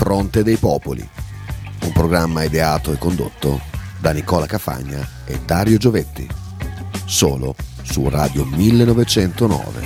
fronte dei popoli. Un programma ideato e condotto da Nicola Cafagna e Dario Giovetti. Solo su Radio 1909.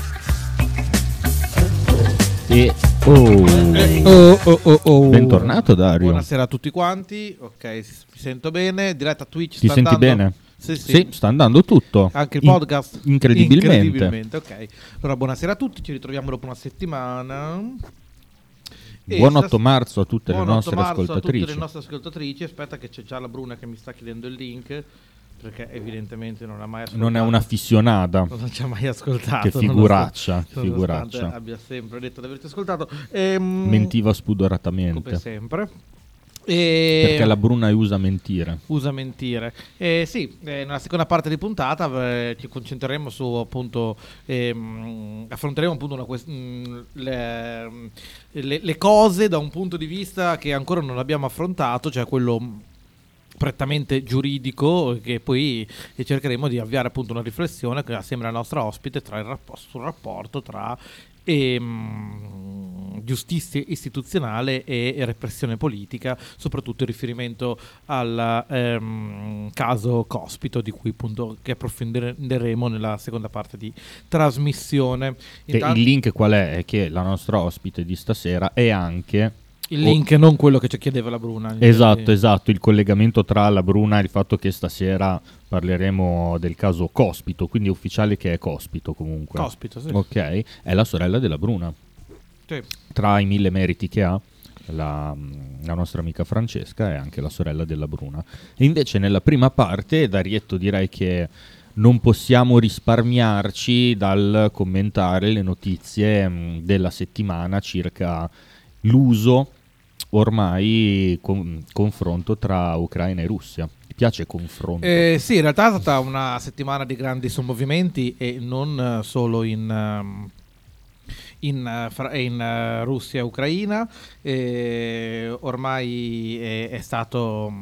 Bentornato Dario. Buonasera a tutti quanti. Ok, mi sento bene. Diretta Twitch. Ti senti bene? Sì, sta andando tutto. Anche il podcast? Incredibilmente. Ok. Allora, buonasera a tutti. Ci ritroviamo dopo una settimana. Buon 8 marzo a tutte le nostre ascoltatrici. A tutte le nostre ascoltatrici. Aspetta che c'è già la Bruna che mi sta chiedendo il link, perché evidentemente non ha mai ascoltato. Non è un'affissionata. Non ci ha mai ascoltato. Che figuraccia. Abbia sempre detto di averti ascoltato. Mentiva spudoratamente. Come sempre. Perché la Bruna usa mentire. Nella seconda parte di puntata ci concentreremo su appunto affronteremo appunto le cose da un punto di vista che ancora non abbiamo affrontato, cioè quello prettamente giuridico, che poi cercheremo di avviare appunto una riflessione che assieme alla nostra ospite sul rapporto tra giustizia istituzionale e repressione politica, soprattutto in riferimento al caso Cospito, di cui appunto che approfondiremo nella seconda parte di trasmissione. Il link qual è? È che la nostra ospite di stasera è anche il link, non quello che ci chiedeva la Bruna. Esatto, il collegamento tra la Bruna e il fatto che stasera parleremo del caso Cospito, quindi è ufficiale che è Cospito comunque. Cospito, sì. Ok, è la sorella della Bruna. Sì. Tra i 1000 meriti che ha, la nostra amica Francesca è anche la sorella della Bruna. E invece nella prima parte, Darietto, direi che non possiamo risparmiarci dal commentare le notizie della settimana circa l'uso ormai confronto tra Ucraina e Russia. Ti piace confronto? Sì, in realtà è stata una settimana di grandi sommovimenti e non solo in Russia e Ucraina. Ormai è stato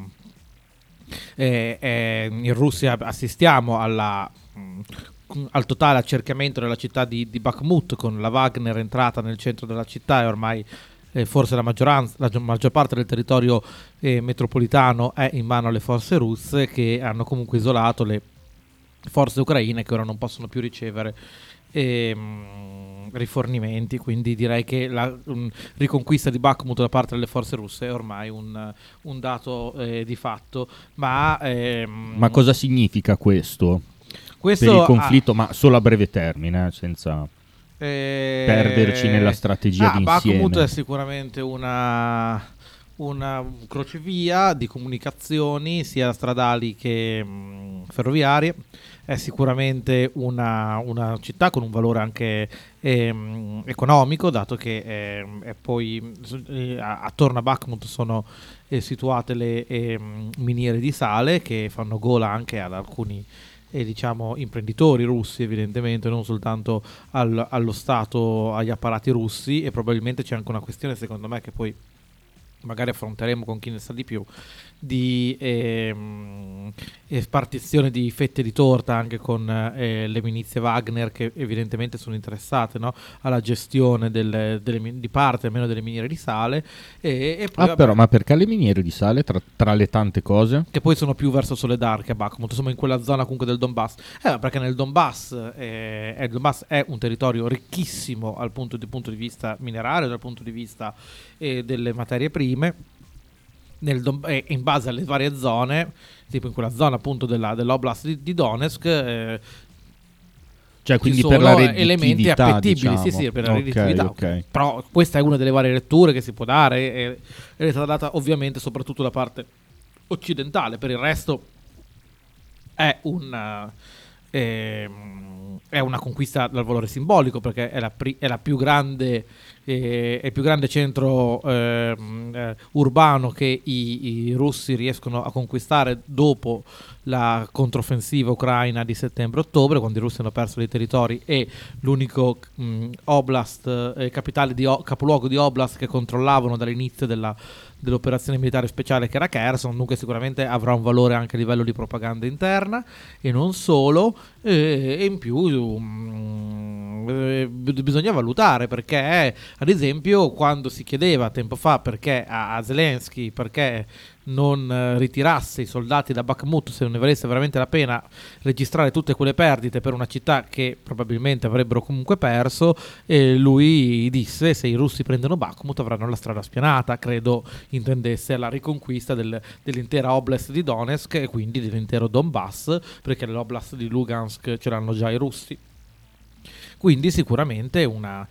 in Russia assistiamo al totale accerchiamento della città di Bakhmut, con la Wagner entrata nel centro della città e ormai forse la maggior parte del territorio metropolitano è in mano alle forze russe, che hanno comunque isolato le forze ucraine, che ora non possono più ricevere rifornimenti. Quindi direi che la riconquista di Bakhmut da parte delle forze russe è ormai un dato di fatto. Ma cosa significa questo per il conflitto, ma solo a breve termine, senza perderci nella strategia d'insieme? Bakhmut è sicuramente una crocevia di comunicazioni sia stradali che ferroviarie. È sicuramente una città con un valore anche economico, dato che è poi attorno a Bakhmut sono situate le miniere di sale, che fanno gola anche ad alcuni imprenditori russi, evidentemente, non soltanto allo Stato, agli apparati russi. E probabilmente c'è anche una questione, secondo me, che poi magari affronteremo con chi ne sa di più, di spartizione di fette di torta anche con le milizie Wagner, che evidentemente sono interessate, no? Alla gestione di parte almeno delle miniere di sale. E poi, però, ma perché le miniere di sale tra le tante cose? Che poi sono più verso Soledar che a Bakhmut, insomma in quella zona comunque del Donbass. Perché nel Donbass il Donbass è un territorio ricchissimo dal punto di vista minerario, dal punto di vista delle materie prime. In base alle varie zone, tipo in quella zona appunto dell'oblast di Donetsk, cioè quindi ci per sono la redditività, elementi appetibili, diciamo. sì, per la redditività. Okay. Però questa è una delle varie letture che si può dare, e è stata data ovviamente soprattutto da parte occidentale. Per il resto è una conquista dal valore simbolico, perché è la più grande, è il più grande centro urbano che i russi riescono a conquistare dopo la controffensiva ucraina di settembre-ottobre, quando i russi hanno perso dei territori, e l'unico oblast, capoluogo di oblast che controllavano dall'inizio dell'operazione militare speciale, che era Kherson. Dunque sicuramente avrà un valore anche a livello di propaganda interna, e non solo, e in più bisogna valutare, perché Ad esempio, quando si chiedeva tempo fa perché a Zelensky perché non ritirasse i soldati da Bakhmut, se non ne valesse veramente la pena registrare tutte quelle perdite per una città che probabilmente avrebbero comunque perso, e lui disse: se i russi prendono Bakhmut avranno la strada spianata. Credo intendesse la riconquista dell'intera oblast di Donetsk e quindi dell'intero Donbass, perché l'oblast di Lugansk ce l'hanno già i russi. Quindi sicuramente una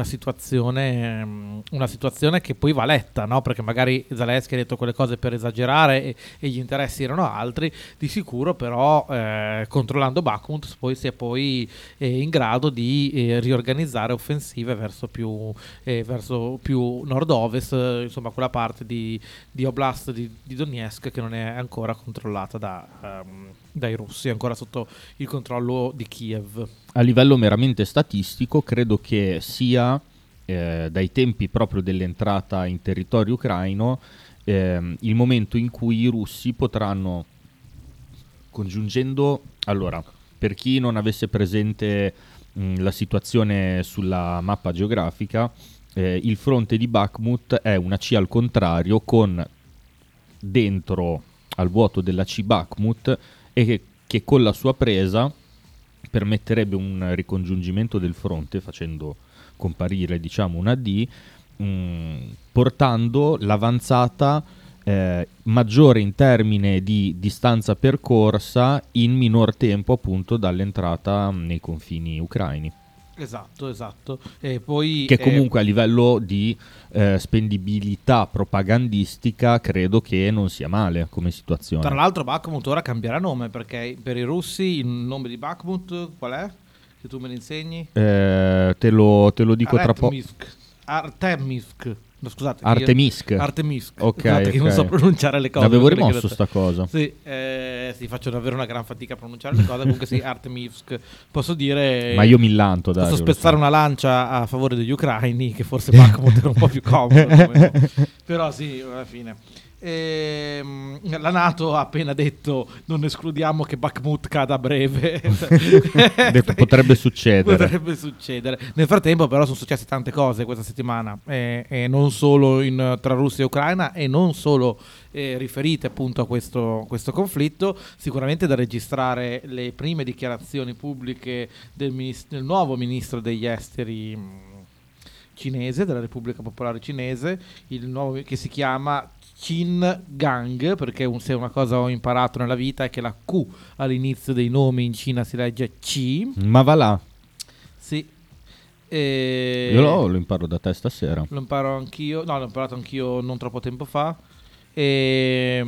situazione che poi va letta, no? Perché magari Zelensky ha detto quelle cose per esagerare e gli interessi erano altri. Di sicuro però controllando Bakhmut poi si è in grado di riorganizzare offensive verso più nord-ovest, insomma quella parte di Oblast di Donetsk che non è ancora controllata dai russi, è ancora sotto il controllo di Kiev. A livello meramente statistico, credo che sia dai tempi proprio dell'entrata in territorio ucraino il momento in cui i russi potranno, congiungendo, allora, per chi non avesse presente la situazione sulla mappa geografica, il fronte di Bakhmut è una C al contrario, con dentro al vuoto della C Bakhmut, e che con la sua presa permetterebbe un ricongiungimento del fronte, facendo comparire, diciamo, una D, portando l'avanzata maggiore in termini di distanza percorsa in minor tempo, appunto, dall'entrata nei confini ucraini. Esatto. E poi che comunque a livello di spendibilità propagandistica credo che non sia male come situazione. Tra l'altro Bakhmut ora cambierà nome, perché per i russi il nome di Bakhmut qual è? Se tu me lo insegni? Te lo dico tra poco. Artemisk. No, scusate, Artemisk. Ok, scusate, che non so pronunciare le cose. Avevo rimosso sta cosa. Sì, faccio davvero una gran fatica a pronunciare le cose. Comunque sì, Artemisk. Posso dire... Ma io mi lanto, Dario. Posso spezzare una lancia a favore degli ucraini, che forse Bakhmut era un po' più comodo. Però sì, alla fine. La NATO ha appena detto: non escludiamo che Bakhmut cada a breve. Potrebbe succedere. Nel frattempo però sono successe tante cose questa settimana, e non solo tra Russia e Ucraina, e non solo riferite appunto a questo conflitto. Sicuramente da registrare le prime dichiarazioni pubbliche del nuovo ministro degli esteri cinese, della Repubblica Popolare Cinese, il nuovo, che si chiama Qin Gang, perché se una cosa ho imparato nella vita è che la Q all'inizio dei nomi in Cina si legge Qi. Ma va là. Sì. Io lo imparo da te stasera. L'ho imparato anch'io non troppo tempo fa. E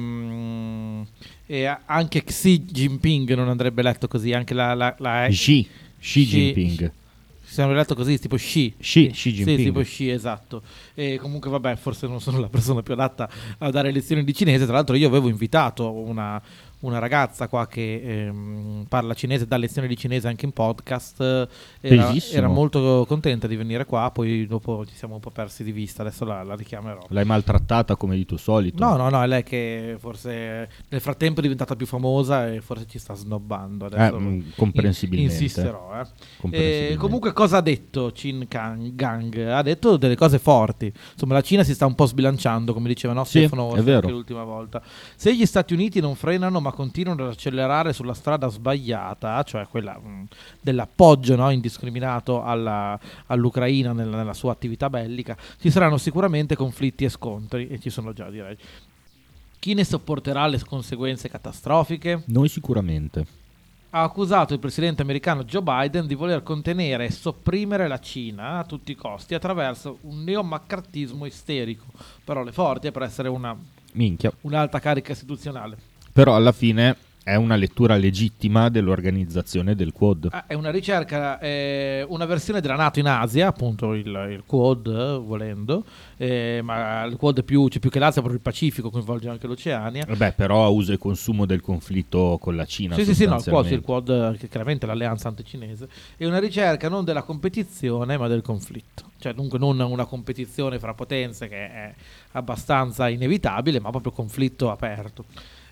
anche Xi Jinping non andrebbe letto così, anche la Xi Jinping. Si hanno letto così, tipo Xi Jinping. Sì, tipo Xi, esatto. E comunque vabbè, forse non sono la persona più adatta a dare lezioni di cinese. Tra l'altro io avevo invitato una ragazza qua che parla cinese, dà lezioni di cinese anche in podcast. Era molto contenta di venire qua, poi dopo ci siamo un po' persi di vista. Adesso la richiamerò. L'hai maltrattata come di tuo solito? No, è lei che forse nel frattempo è diventata più famosa e forse ci sta snobbando. Adesso comprensibilmente. Insisterò. Comunque cosa ha detto Qin Gang? Ha detto delle cose forti. Insomma, la Cina si sta un po' sbilanciando, come diceva Stefano l'ultima volta. Se gli Stati Uniti non frenano ma continuano ad accelerare sulla strada sbagliata, cioè quella dell'appoggio indiscriminato all'Ucraina nella sua attività bellica, ci saranno sicuramente conflitti e scontri, e ci sono già, direi. Chi ne sopporterà le conseguenze catastrofiche? Noi sicuramente. Ha accusato il presidente americano Joe Biden di voler contenere e sopprimere la Cina a tutti i costi attraverso un neomaccartismo isterico. Parole forti per essere un'alta carica istituzionale. Però alla fine è una lettura legittima dell'organizzazione del Quad. È una ricerca, una versione della NATO in Asia, appunto il Quad, volendo, ma il Quad c'è più che l'Asia, proprio il Pacifico, coinvolge anche l'Oceania. Però uso e consumo del conflitto con la Cina. Sì, il Quad, che chiaramente è l'alleanza anticinese. È una ricerca non della competizione, ma del conflitto. Cioè, dunque, non una competizione fra potenze che è abbastanza inevitabile, ma proprio conflitto aperto.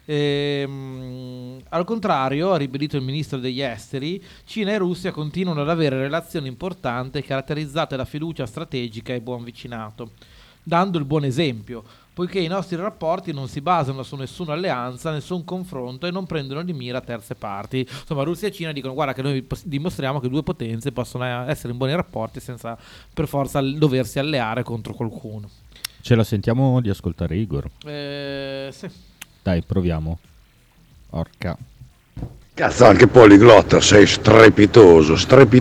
Al contrario, ha ribadito il ministro degli esteri, Cina e Russia continuano ad avere relazioni importanti caratterizzate da fiducia strategica e buon vicinato, dando il buon esempio, poiché i nostri rapporti non si basano su nessuna alleanza, nessun confronto e non prendono di mira terze parti. Insomma, Russia e Cina dicono: guarda che noi dimostriamo che due potenze possono essere in buoni rapporti senza per forza doversi alleare contro qualcuno. Ce la sentiamo di ascoltare Igor? Sì. Dai, proviamo. Orca. Cazzo, anche poliglotta, sei strepitoso.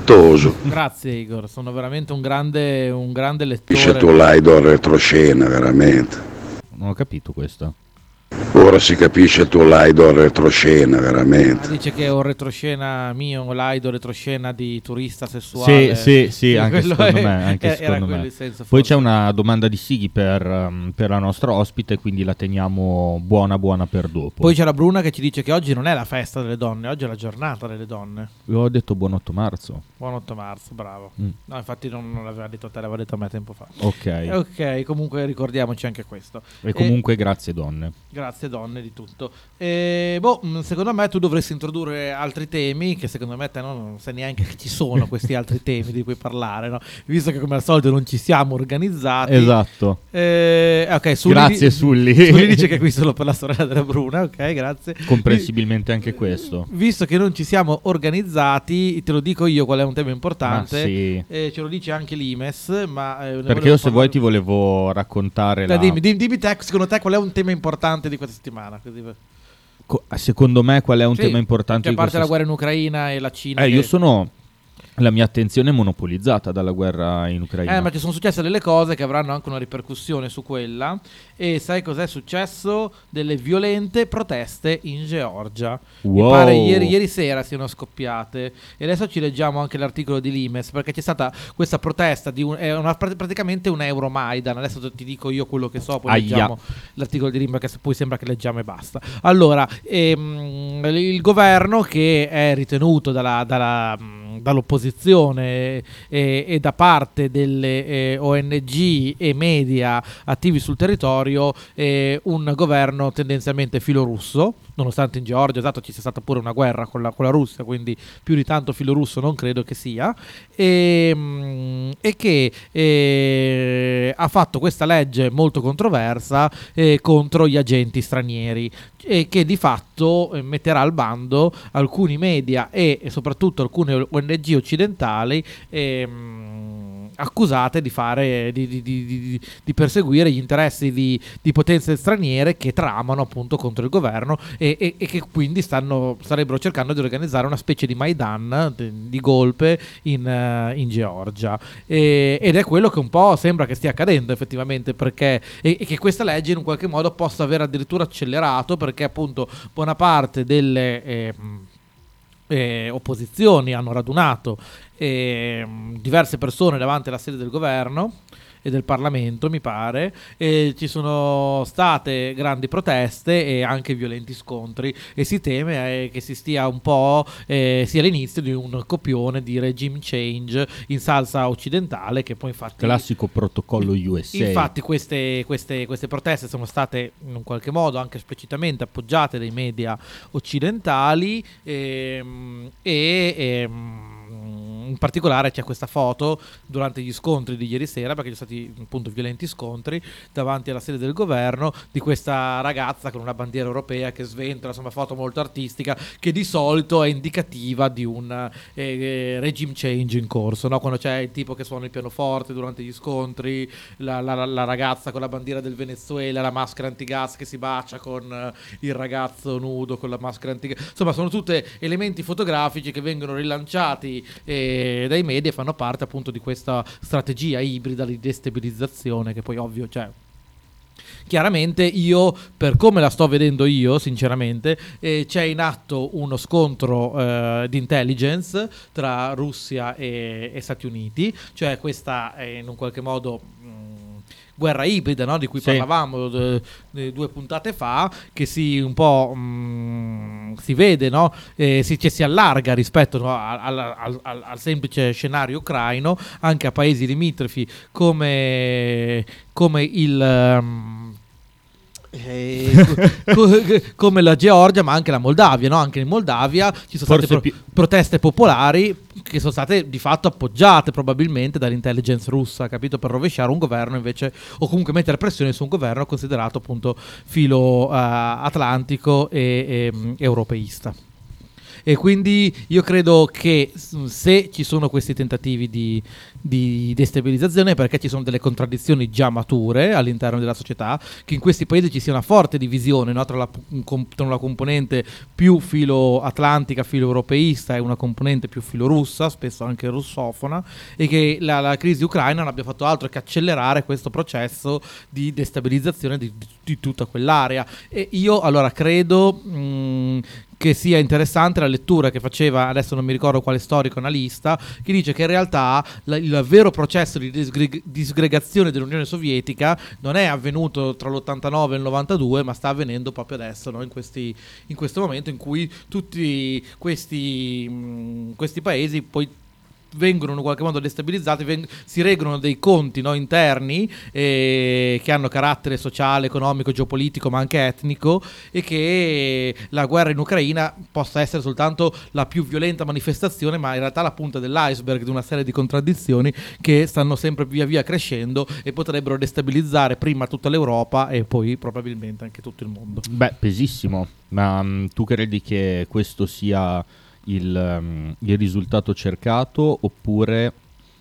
Grazie Igor, sono veramente un grande lettore. Capisce tu l'idol retroscena, veramente. Non ho capito questa. Ora si capisce il tuo l'idol retroscena, veramente. Dice che è un retroscena mio, un l'idol retroscena di turista sessuale. Sì, anche secondo me. Era quello il senso. Poi c'è una domanda di Sighi per la nostra ospite, quindi la teniamo buona per dopo. Poi c'è la Bruna che ci dice che oggi non è la festa delle donne, oggi è la giornata delle donne. Io ho detto buon 8 marzo. Buon 8 marzo, bravo. No, infatti non l'aveva detto a te, l'aveva detto a me tempo fa. Ok, comunque ricordiamoci anche questo. E comunque grazie donne. Grazie donne di tutto. Secondo me tu dovresti introdurre altri temi, che secondo me te non sai neanche che ci sono questi altri temi di cui parlare, no? Visto che come al solito non ci siamo organizzati. Esatto. Okay, grazie Sulli. Sulli dice che è qui solo per la sorella della Bruna, ok, grazie. Comprensibilmente anche questo. Visto che non ci siamo organizzati, te lo dico io qual è un tema importante. Sì. Ce lo dice anche l'Imes, ma perché io se vuoi ti volevo raccontare dimmi te, secondo te qual è un tema importante di questa settimana? Così. Secondo me qual è un tema importante? Che a parte la guerra in Ucraina e la Cina. Io sono... La mia attenzione è monopolizzata dalla guerra in Ucraina. Ma ci sono successe delle cose che avranno anche una ripercussione su quella. E sai cos'è successo? Delle violente proteste in Georgia. Wow. Mi pare ieri sera siano scoppiate. E adesso ci leggiamo anche l'articolo di Limes, perché c'è stata questa protesta praticamente un Euromaidan. Adesso ti dico io quello che so, poi leggiamo l'articolo di Limes, che poi sembra che leggiamo e basta. Allora, il governo, che è ritenuto dall'opposizione e da parte delle ONG e media attivi sul territorio, un governo tendenzialmente filorusso, nonostante in Georgia ci sia stata pure una guerra con la Russia, quindi più di tanto filorusso non credo che sia, e che ha fatto questa legge molto controversa contro gli agenti stranieri, e che di fatto metterà al bando alcuni media e soprattutto alcune ONG occidentali accusate di perseguire gli interessi di potenze straniere che tramano appunto contro il governo e che quindi starebbero cercando di organizzare una specie di Maidan di golpe in Georgia, ed è quello che un po' sembra che stia accadendo effettivamente, perché e che questa legge in un qualche modo possa aver addirittura accelerato, perché appunto buona parte delle opposizioni hanno radunato diverse persone davanti alla sede del governo e del Parlamento, mi pare, e ci sono state grandi proteste e anche violenti scontri, e si teme che si stia un po' sia l'inizio di un copione di regime change in salsa occidentale, che poi infatti classico protocollo USA. Infatti queste proteste sono state in un qualche modo anche esplicitamente appoggiate dai media occidentali, in particolare c'è questa foto durante gli scontri di ieri sera, perché ci sono stati appunto violenti scontri davanti alla sede del governo, di questa ragazza con una bandiera europea che sventola, insomma foto molto artistica, che di solito è indicativa di un regime change in corso, no? Quando c'è il tipo che suona il pianoforte durante gli scontri, la ragazza con la bandiera del Venezuela, la maschera antigas che si bacia con il ragazzo nudo con la maschera antigas, insomma sono tutte elementi fotografici che vengono rilanciati dai media e fanno parte appunto di questa strategia ibrida di destabilizzazione, che poi ovvio chiaramente io, per come la sto vedendo io sinceramente, c'è in atto uno scontro di intelligence tra Russia e Stati Uniti, cioè questa in un qualche modo guerra ibrida, no? Di cui parlavamo 2 puntate fa, che si vede, no? Si allarga rispetto, no, al semplice scenario ucraino anche a paesi limitrofi come come la Georgia, ma anche la Moldavia, no? Anche in Moldavia ci sono state proteste popolari che sono state di fatto appoggiate probabilmente dall'intelligence russa, capito? Per rovesciare un governo invece, o comunque mettere pressione su un governo considerato appunto filo atlantico e europeista. E quindi io credo che se ci sono questi tentativi di destabilizzazione è perché ci sono delle contraddizioni già mature all'interno della società, che in questi paesi ci sia una forte divisione, no? tra una componente più filo atlantica, filo europeista e una componente più filo russa, spesso anche russofona, e che la crisi ucraina non abbia fatto altro che accelerare questo processo di destabilizzazione di tutta quell'area. E io allora credo che sia interessante la lettura che faceva, adesso non mi ricordo quale storico analista, che dice che in realtà il vero processo di disgregazione dell'Unione Sovietica non è avvenuto tra l'89 e il 92, ma sta avvenendo proprio adesso, no? in questo momento in cui tutti questi paesi poi vengono in qualche modo destabilizzati, si regolano dei conti, no, interni che hanno carattere sociale, economico, geopolitico ma anche etnico, e che la guerra in Ucraina possa essere soltanto la più violenta manifestazione, ma in realtà la punta dell'iceberg di una serie di contraddizioni che stanno sempre via via crescendo e potrebbero destabilizzare prima tutta l'Europa e poi probabilmente anche tutto il mondo. Beh, pesissimo, ma tu credi che questo sia il risultato cercato oppure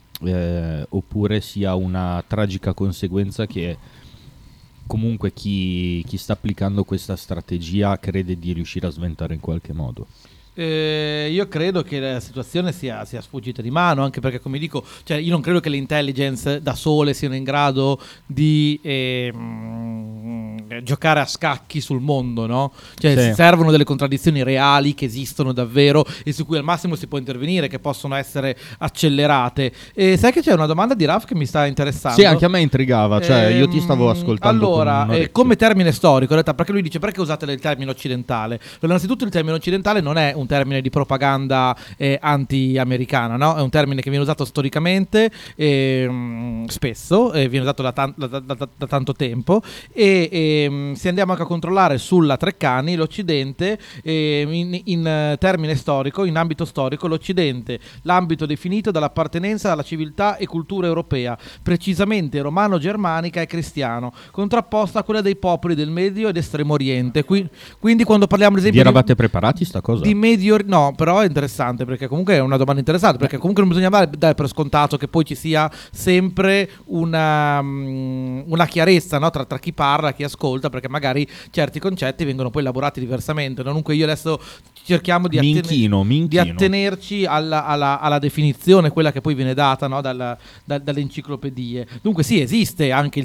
sia una tragica conseguenza che comunque chi sta applicando questa strategia crede di riuscire a sventare in qualche modo? Io credo che la situazione sia sfuggita di mano, anche perché, come dico, cioè io non credo che le intelligence da sole siano in grado di giocare a scacchi sul mondo, no? Cioè sì. Servono delle contraddizioni reali che esistono davvero e su cui al massimo si può intervenire, che possono essere accelerate. E sai che c'è una domanda di Raf che mi sta interessando? Sì, anche a me intrigava, cioè io ti stavo ascoltando. Allora, come termine storico, in realtà, perché lui dice perché usate il termine occidentale? Allora, innanzitutto il termine occidentale non è un termine di propaganda anti-americana, no? È un termine che viene usato storicamente spesso, viene usato da tanto tempo, e se andiamo anche a controllare sulla Treccani, l'Occidente in termine storico, in ambito storico, l'Occidente, l'ambito definito dall'appartenenza alla civiltà e cultura europea, precisamente romano-germanica e cristiano, contrapposta a quella dei popoli del Medio ed Estremo Oriente. Quindi quando parliamo ad esempio... Vi eravate preparati sta cosa? No, però è interessante, perché comunque è una domanda interessante, perché comunque non bisogna dare per scontato che poi ci sia sempre una chiarezza, no? tra chi parla e chi ascolta, perché magari certi concetti vengono poi elaborati diversamente. Dunque io adesso cerchiamo di attenerci alla definizione, quella che poi viene data, no? dalle enciclopedie. Dunque sì, esiste anche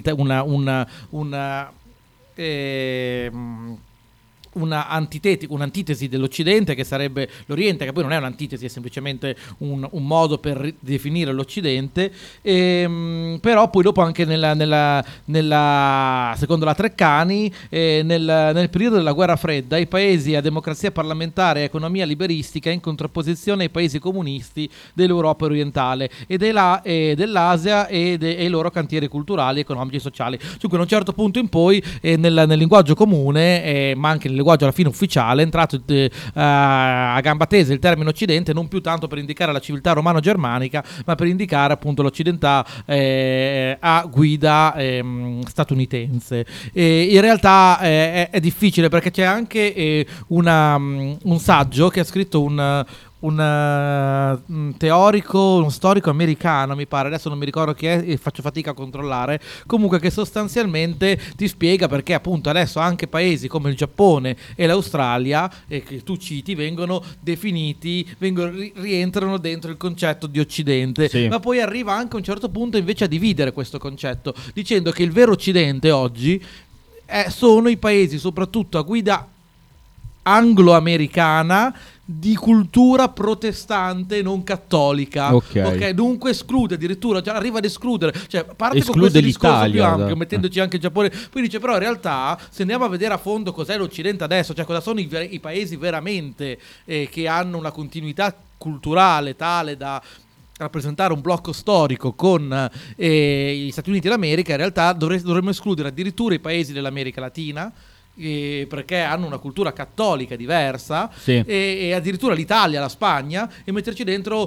un'antitesi dell'Occidente, che sarebbe l'Oriente, che poi non è un'antitesi, è semplicemente un modo per definire l'Occidente, però poi dopo anche secondo la Treccani, nel periodo della guerra fredda, i paesi a democrazia parlamentare e economia liberistica in contrapposizione ai paesi comunisti dell'Europa orientale e dell'Asia e i loro cantieri culturali, economici e sociali. Dunque a un certo punto in poi nel linguaggio comune, ma anche nel linguaggio alla fine ufficiale, è entrato a gamba tesa il termine Occidente, non più tanto per indicare la civiltà romano-germanica, ma per indicare appunto l'Occidentà a guida statunitense. In realtà è difficile, perché c'è anche un saggio che ha scritto un teorico, uno storico americano, mi pare, adesso non mi ricordo chi è e faccio fatica a controllare, comunque, che sostanzialmente ti spiega perché appunto adesso anche paesi come il Giappone e l'Australia, che tu citi, vengono definiti, rientrano dentro il concetto di Occidente, sì. Ma poi arriva anche a un certo punto invece a dividere questo concetto, dicendo che il vero Occidente oggi sono i paesi soprattutto a guida anglo-americana di cultura protestante non cattolica. Okay. Dunque esclude, addirittura già arriva ad escludere, cioè parte esclude con questo discorso più ampio, mettendoci anche il Giappone. Poi dice però in realtà, se andiamo a vedere a fondo cos'è l'Occidente adesso, cioè cosa sono i paesi veramente che hanno una continuità culturale tale da rappresentare un blocco storico con gli Stati Uniti d'America, in realtà dovremmo escludere addirittura i paesi dell'America Latina, perché hanno una cultura cattolica diversa, sì. e addirittura l'Italia, la Spagna, e metterci dentro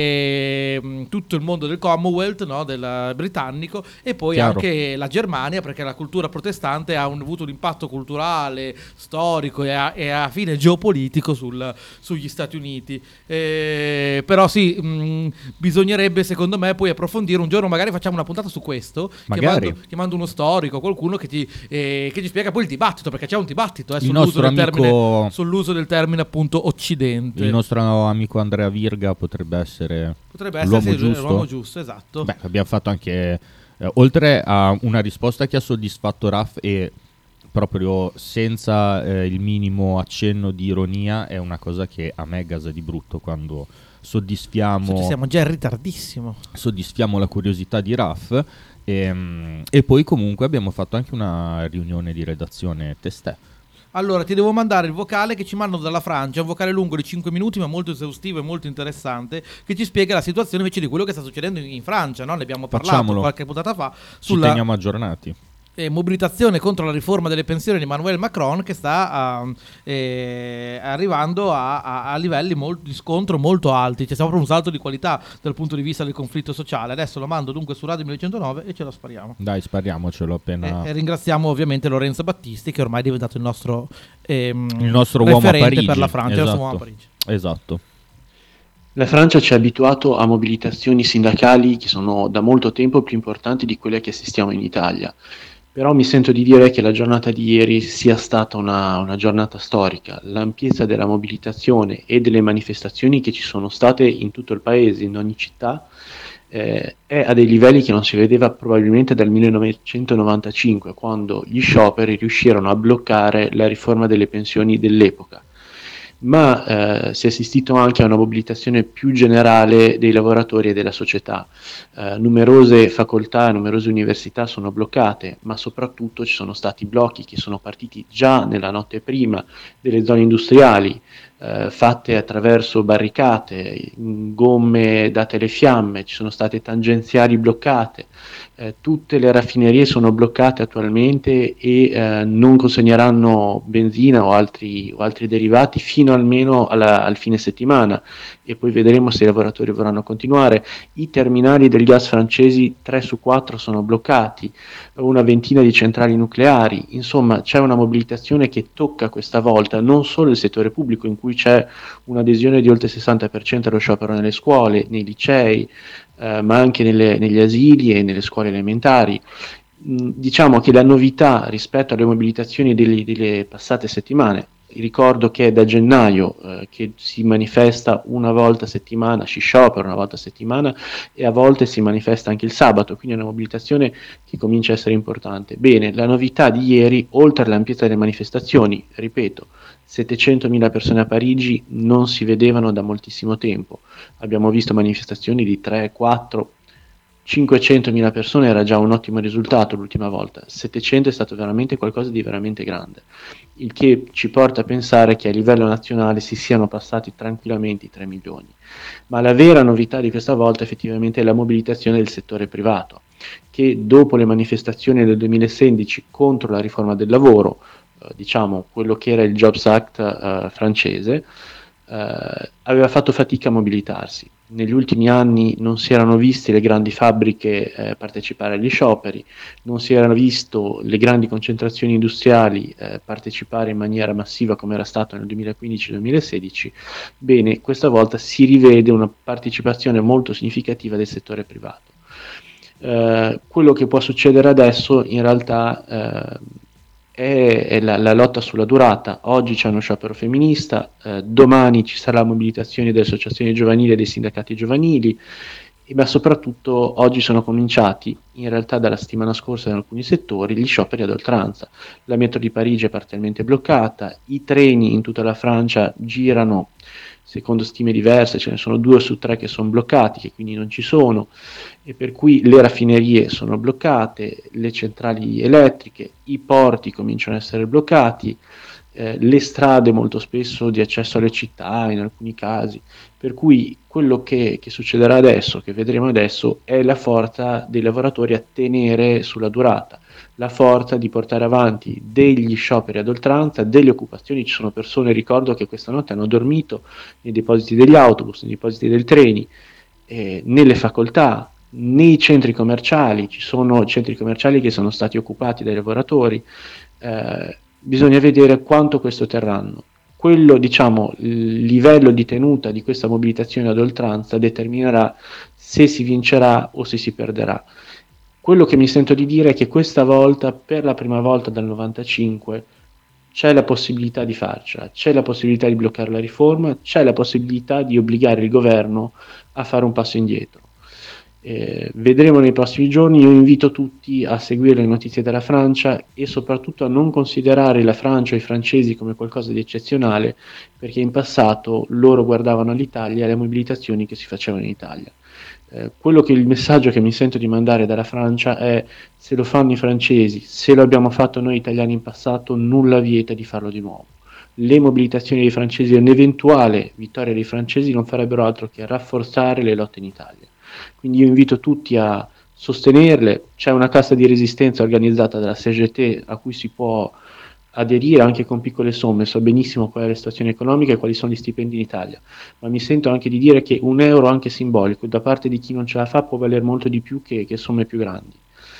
tutto il mondo del Commonwealth, no, del britannico, e poi Chiaro. anche la Germania, perché la cultura protestante ha avuto un impatto culturale, storico e a fine geopolitico sugli Stati Uniti. Però sì, bisognerebbe secondo me poi approfondire un giorno, magari facciamo una puntata su questo, Magari. chiamando uno storico, qualcuno che ci spiega poi il dibattito, perché c'è un dibattito Il nostro amico, sull'uso del termine appunto occidente. il nostro amico Andrea Virga potrebbe essere l'uomo giusto, esatto. Beh, abbiamo fatto anche oltre a una risposta che ha soddisfatto Raf, e proprio senza il minimo accenno di ironia, è una cosa che a me gasa di brutto quando siamo già in ritardissimo. soddisfiamo la curiosità di Raf. E poi comunque abbiamo fatto anche una riunione di redazione testè. Allora ti devo mandare il vocale che ci mandano dalla Francia, un vocale lungo di 5 minuti ma molto esaustivo e molto interessante, che ci spiega la situazione invece di quello che sta succedendo in Francia, no? Ne abbiamo parlato Facciamolo. qualche puntata fa Ci teniamo aggiornati. Mobilitazione contro la riforma delle pensioni di Emmanuel Macron, che sta arrivando a livelli di scontro molto alti. C'è sempre un salto di qualità dal punto di vista del conflitto sociale. Adesso lo mando dunque su Radio 1109 e ce lo spariamo. Dai, spariamocelo appena. E ringraziamo ovviamente Lorenzo Battisti, che ormai è diventato il nostro uomo a Parigi per la Francia. Il nostro esatto. uomo a Parigi. Esatto. La Francia ci ha abituato a mobilitazioni sindacali che sono da molto tempo più importanti di quelle che assistiamo in Italia. Però mi sento di dire che la giornata di ieri sia stata una giornata storica. L'ampiezza della mobilitazione e delle manifestazioni che ci sono state in tutto il paese, in ogni città, è a dei livelli che non si vedeva probabilmente dal 1995, quando gli scioperi riuscirono a bloccare la riforma delle pensioni dell'epoca. Ma si è assistito anche a una mobilitazione più generale dei lavoratori e della società. Numerose facoltà, numerose università sono bloccate, ma soprattutto ci sono stati blocchi che sono partiti già nella notte prima delle zone industriali, fatte attraverso barricate, gomme date alle fiamme, ci sono state tangenziali bloccate. Tutte le raffinerie sono bloccate attualmente e non consegneranno benzina o altri derivati fino almeno al fine settimana, e poi vedremo se i lavoratori vorranno continuare. I terminali del gas francesi 3 su 4 sono bloccati, una ventina di centrali nucleari. Insomma, c'è una mobilitazione che tocca questa volta non solo il settore pubblico, in cui c'è un'adesione di oltre il 60% allo sciopero nelle scuole, nei licei, ma anche negli asili e nelle scuole elementari. Diciamo che la novità rispetto alle mobilitazioni delle passate settimane, ricordo che è da gennaio che si manifesta una volta a settimana, si sciopera una volta a settimana, e a volte si manifesta anche il sabato, quindi è una mobilitazione che comincia a essere importante. Bene, la novità di ieri, oltre all'ampiezza delle manifestazioni, ripeto, 700.000 persone a Parigi non si vedevano da moltissimo tempo. Abbiamo visto manifestazioni di 3, 4, 500.000 persone, era già un ottimo risultato l'ultima volta. 700 è stato veramente qualcosa di veramente grande, il che ci porta a pensare che a livello nazionale si siano passati tranquillamente i 3 milioni. Ma la vera novità di questa volta effettivamente è la mobilitazione del settore privato, che dopo le manifestazioni del 2016 contro la riforma del lavoro, diciamo quello che era il Jobs Act francese, aveva fatto fatica a mobilitarsi. Negli ultimi anni non si erano viste le grandi fabbriche partecipare agli scioperi, non si erano visto le grandi concentrazioni industriali partecipare in maniera massiva come era stato nel 2015-2016. Bene, questa volta si rivede una partecipazione molto significativa del settore privato. Quello che può succedere adesso in realtà è la lotta sulla durata. Oggi c'è uno sciopero femminista, domani ci sarà la mobilitazione delle associazioni giovanili e dei sindacati giovanili, ma soprattutto oggi sono cominciati, in realtà dalla settimana scorsa in alcuni settori, gli scioperi ad oltranza. La metro di Parigi è parzialmente bloccata, i treni in tutta la Francia girano secondo stime diverse, ce ne sono 2 su 3 che sono bloccati, che quindi non ci sono, e per cui le raffinerie sono bloccate, le centrali elettriche, i porti cominciano a essere bloccati, le strade molto spesso di accesso alle città in alcuni casi, per cui quello che succederà adesso, che vedremo adesso, è la forza dei lavoratori a tenere sulla durata, la forza di portare avanti degli scioperi ad oltranza, delle occupazioni. Ci sono persone, ricordo, che questa notte hanno dormito nei depositi degli autobus, nei depositi dei treni, nelle facoltà, nei centri commerciali. Ci sono centri commerciali che sono stati occupati dai lavoratori. Bisogna vedere quanto questo terranno. Quello, diciamo, il livello di tenuta di questa mobilitazione ad oltranza determinerà se si vincerà o se si perderà. Quello che mi sento di dire è che questa volta, per la prima volta dal 95, c'è la possibilità di farcela, c'è la possibilità di bloccare la riforma, c'è la possibilità di obbligare il governo a fare un passo indietro. Vedremo nei prossimi giorni. Io invito tutti a seguire le notizie della Francia e soprattutto a non considerare la Francia o i francesi come qualcosa di eccezionale, perché in passato loro guardavano all'Italia e alle mobilitazioni che si facevano in Italia. Il messaggio che mi sento di mandare dalla Francia è: se lo fanno i francesi, se lo abbiamo fatto noi italiani in passato, nulla vieta di farlo di nuovo. Le mobilitazioni dei francesi e un'eventuale vittoria dei francesi non farebbero altro che rafforzare le lotte in Italia. Quindi io invito tutti a sostenerle. C'è una cassa di resistenza organizzata dalla CGT a cui si può aderire anche con piccole somme. So benissimo qual è la situazione economica e quali sono gli stipendi in Italia, ma mi sento anche di dire che un euro anche simbolico da parte di chi non ce la fa può valere molto di più che somme più grandi.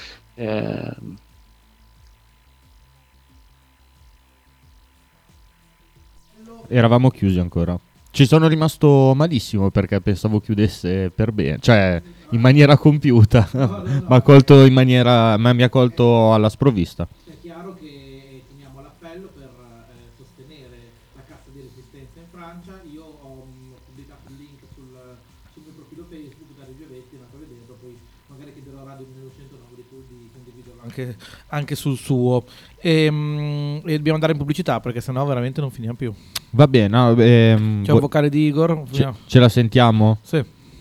Eravamo chiusi ancora. Ci sono rimasto malissimo perché pensavo chiudesse per bene, cioè in maniera compiuta, ma mi ha colto alla sprovvista. È chiaro che teniamo l'appello per sostenere la cassa di resistenza in Francia. Io ho pubblicato il link sul mio profilo Facebook, Dario Giovetti, andate a vederlo, poi magari chiederò a Radio 1909 di condividerlo anche sul suo. E dobbiamo andare in pubblicità perché sennò veramente non finiamo più. Va bene, c'è un vocale di Igor? Ce la sentiamo? Sì.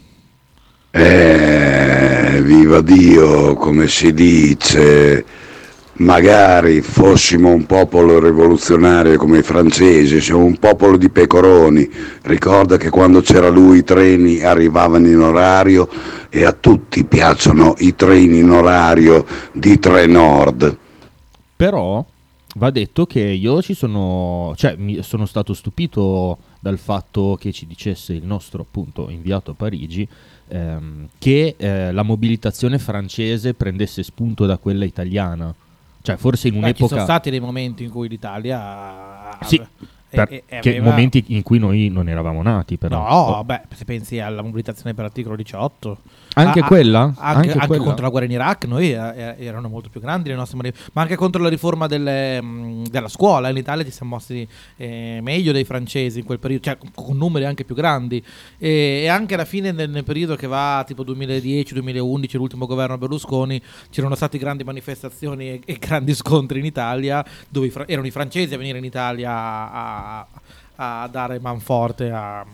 Viva Dio, come si dice, magari fossimo un popolo rivoluzionario come i francesi, siamo un popolo di pecoroni. Ricorda che quando c'era lui i treni arrivavano in orario e a tutti piacciono i treni in orario di Trenord. Però va detto che io sono stato stupito dal fatto che ci dicesse il nostro appunto inviato a Parigi che la mobilitazione francese prendesse spunto da quella italiana. Cioè forse in un'epoca... Ci sono stati dei momenti in cui l'Italia... Sì, momenti in cui noi non eravamo nati, però. No, se pensi alla mobilitazione per articolo 18, anche quella? Anche contro la guerra in Iraq, noi erano molto più grandi le nostre ma anche contro la riforma della scuola. In Italia ci siamo mossi meglio dei francesi in quel periodo, cioè con numeri anche più grandi. E anche alla fine nel periodo che va tipo 2010-2011, l'ultimo governo Berlusconi, c'erano state grandi manifestazioni e grandi scontri in Italia, dove erano i francesi a venire in Italia a dare manforte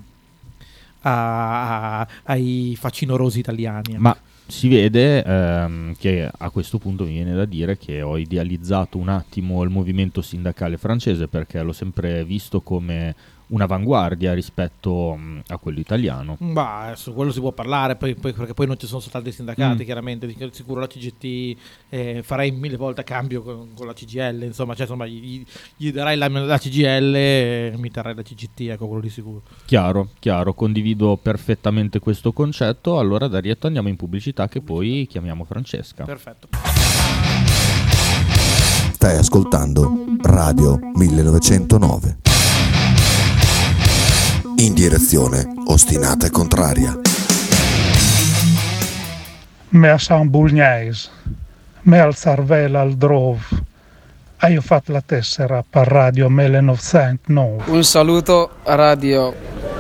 ai facinorosi italiani. Ma si vede che a questo punto mi viene da dire che ho idealizzato un attimo il movimento sindacale francese, perché l'ho sempre visto come un'avanguardia rispetto a quello italiano. Su quello si può parlare, perché poi non ci sono soltanto i sindacati, chiaramente. Sicuro la CGT farei 1000 volte a cambio con la CGL, insomma, gli darai la CGL e mi terrai la CGT, ecco, quello di sicuro. Chiaro, condivido perfettamente questo concetto. Allora Darietto, andiamo in pubblicità che poi chiamiamo Francesca. Perfetto. Stai ascoltando Radio 1909. In direzione ostinata e contraria. Me a San Bulgnais, me al Sarvel al Drove. Io ho fatto la tessera per Radio 1909. Un saluto a Radio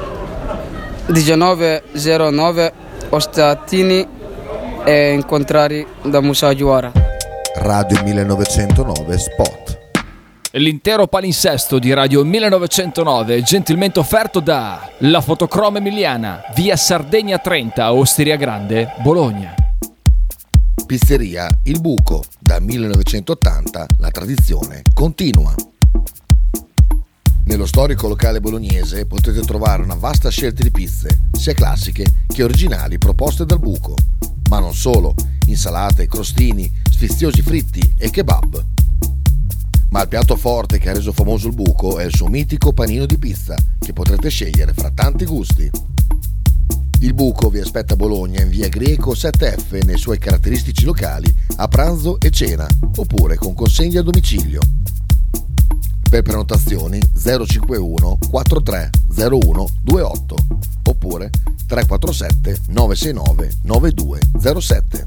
1909 Ostatini e incontrari da Musa Giuara. Radio 1909 Spot. L'intero palinsesto di Radio 1909 è gentilmente offerto da La Fotocroma Emiliana, via Sardegna 30, Osteria Grande, Bologna. Pizzeria Il Buco, da 1980 la tradizione continua. Nello storico locale bolognese potete trovare una vasta scelta di pizze, sia classiche che originali proposte dal buco. Ma non solo, insalate, crostini, sfiziosi fritti e kebab. Ma il piatto forte che ha reso famoso il buco è il suo mitico panino di pizza, che potrete scegliere fra tanti gusti. Il buco vi aspetta a Bologna in via Greco 7F nei suoi caratteristici locali a pranzo e cena, oppure con consegna a domicilio. Per prenotazioni 051 43 01 28 oppure 347 969 9207.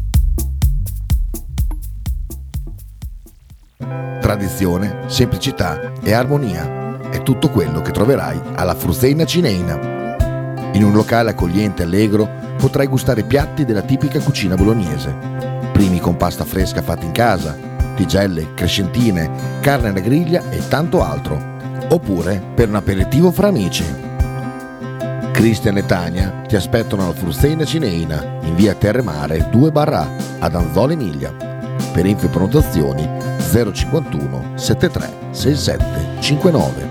Tradizione, semplicità e armonia è tutto quello che troverai alla Fruzeina Cineina. In un locale accogliente e allegro potrai gustare piatti della tipica cucina bolognese, primi con pasta fresca fatta in casa, tigelle, crescentine, carne alla griglia e tanto altro, oppure per un aperitivo fra amici. Cristian e Tania ti aspettano alla Fruzeina Cineina in via Terremare 2/A ad Anzola Emilia. Per info e prenotazioni 051 73 67 59.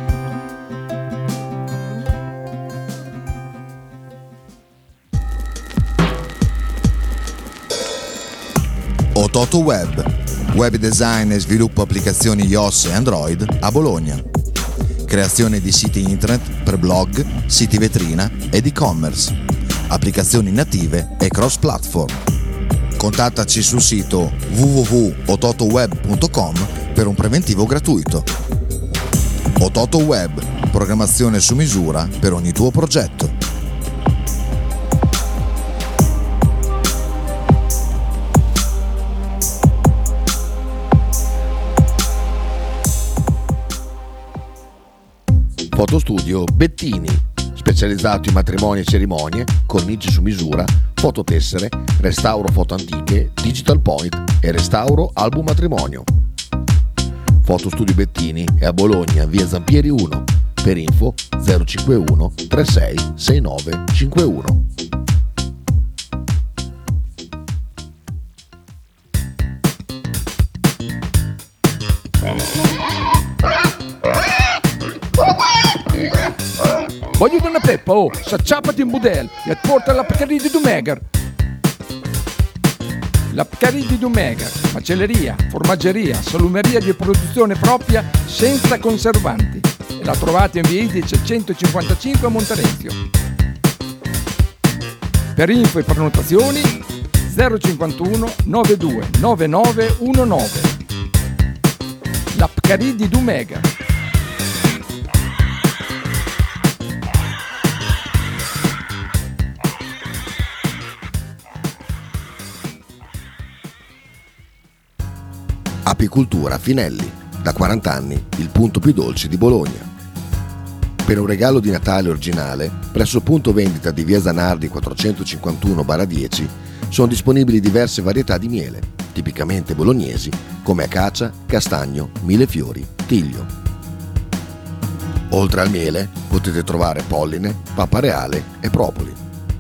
Ototo Web, web design e sviluppo applicazioni iOS e Android a Bologna. Creazione di siti internet per blog, siti vetrina ed e-commerce, applicazioni native e cross-platform. Contattaci sul sito www.ototoweb.com per un preventivo gratuito. Ototo Web, programmazione su misura per ogni tuo progetto. Fotostudio Bettini, specializzato in matrimoni e cerimonie, cornici su misura, fototessere, restauro foto antiche, digital point e restauro album matrimonio. Fotostudio Bettini è a Bologna, via Zampieri 1. Per info 051 36 69 51. Voglio una peppa, oh, s'acciappati in budel e porta la Pcaridi di Dumegar. La Pcaridi di Dumegar, macelleria, formaggeria, salumeria di produzione propria senza conservanti. E la trovate in via Idice 155 a Monterezio. Per info e prenotazioni 051 92 9919. La Pcaridi di Dumegar. Apicoltura Finelli, da 40 anni il punto più dolce di Bologna. Per un regalo di Natale originale, presso il punto vendita di via Zanardi 451/10 sono disponibili diverse varietà di miele, tipicamente bolognesi, come acacia, castagno, millefiori, tiglio. Oltre al miele potete trovare polline, pappa reale e propoli.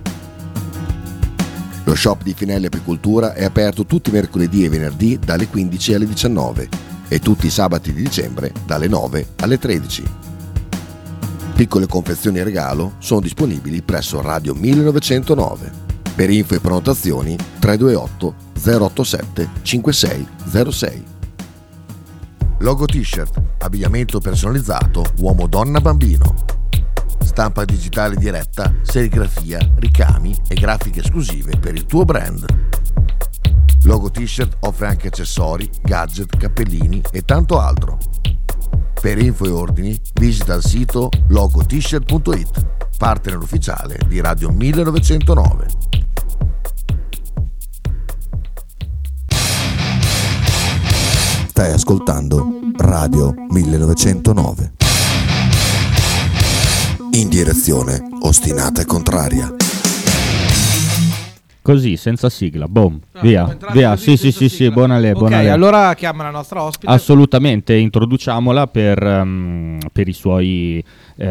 Lo shop di Finelli Apicoltura è aperto tutti i mercoledì e venerdì dalle 15 alle 19 e tutti i sabati di dicembre dalle 9 alle 13. Piccole confezioni e regalo sono disponibili presso Radio 1909. Per info e prenotazioni 328 087 5606. Logo T-shirt, abbigliamento personalizzato uomo, donna, bambino. Stampa digitale diretta, serigrafia, ricami e grafiche esclusive per il tuo brand. Logo T-shirt offre anche accessori, gadget, cappellini e tanto altro. Per info e ordini visita il sito logotshirt.it, partner ufficiale di Radio 1909. Stai ascoltando Radio 1909. In direzione ostinata e contraria. Così, senza sigla, boom, No, via. così, Sì, buona lei, Ok, buona lei. allora chiama la nostra ospite. Assolutamente, introduciamola per i suoi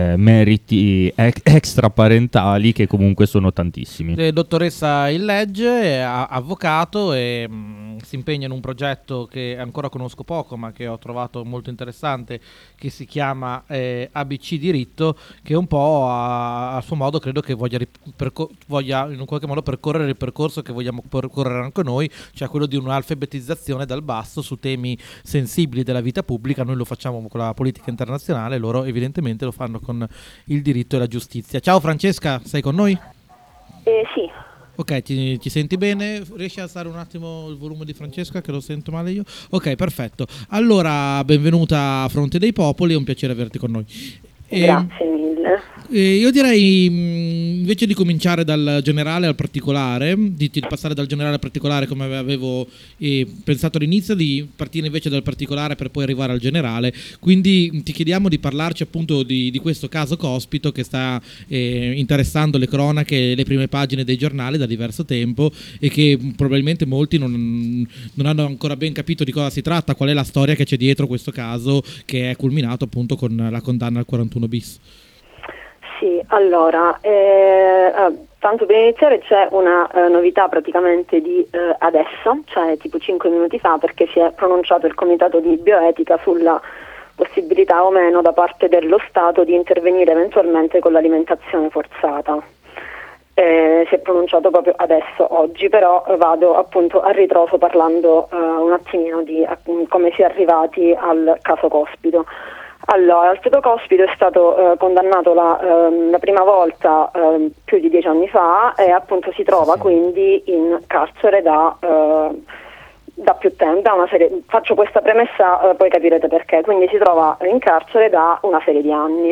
meriti extraparentali, che comunque sono tantissimi. Dottoressa in legge, è avvocato e si impegna in un progetto che ancora conosco poco ma che ho trovato molto interessante, che si chiama ABC Diritto, che un po' a suo modo credo che voglia in un qualche modo percorrere il percorso che vogliamo percorrere anche noi, cioè quello di un'alfabetizzazione dal basso su temi sensibili della vita pubblica. Noi lo facciamo con la politica internazionale, loro evidentemente lo fanno con il diritto e la giustizia. Ciao Francesca, sei con noi? Sì. Ok, ti senti bene? Riesci a alzare un attimo il volume di Francesca, che lo sento male io? Ok, perfetto. Allora, benvenuta a Fronte dei Popoli, è un piacere averti con noi. Grazie mille. Io direi, invece di cominciare dal generale al particolare, di passare dal generale al particolare come avevo pensato all'inizio, di partire invece dal particolare per poi arrivare al generale. Quindi ti chiediamo di parlarci appunto di questo caso Cospito, che sta interessando le cronache, le prime pagine dei giornali da diverso tempo, e che probabilmente molti non hanno ancora ben capito di cosa si tratta, qual è la storia che c'è dietro questo caso, che è culminato appunto con la condanna al 41 bis. Sì, allora, tanto per iniziare c'è una novità praticamente di adesso, cioè tipo 5 minuti fa, perché si è pronunciato il Comitato di Bioetica sulla possibilità o meno da parte dello Stato di intervenire eventualmente con l'alimentazione forzata. Si è pronunciato proprio adesso, oggi, però vado appunto a ritroso parlando un attimino di come si è arrivati al caso Cospito. Allora, Alfredo Cospito è stato condannato la prima volta più di 10 anni fa e appunto si trova quindi in carcere da più tempo, da una serie. Faccio questa premessa, poi capirete perché. Quindi si trova in carcere da una serie di anni.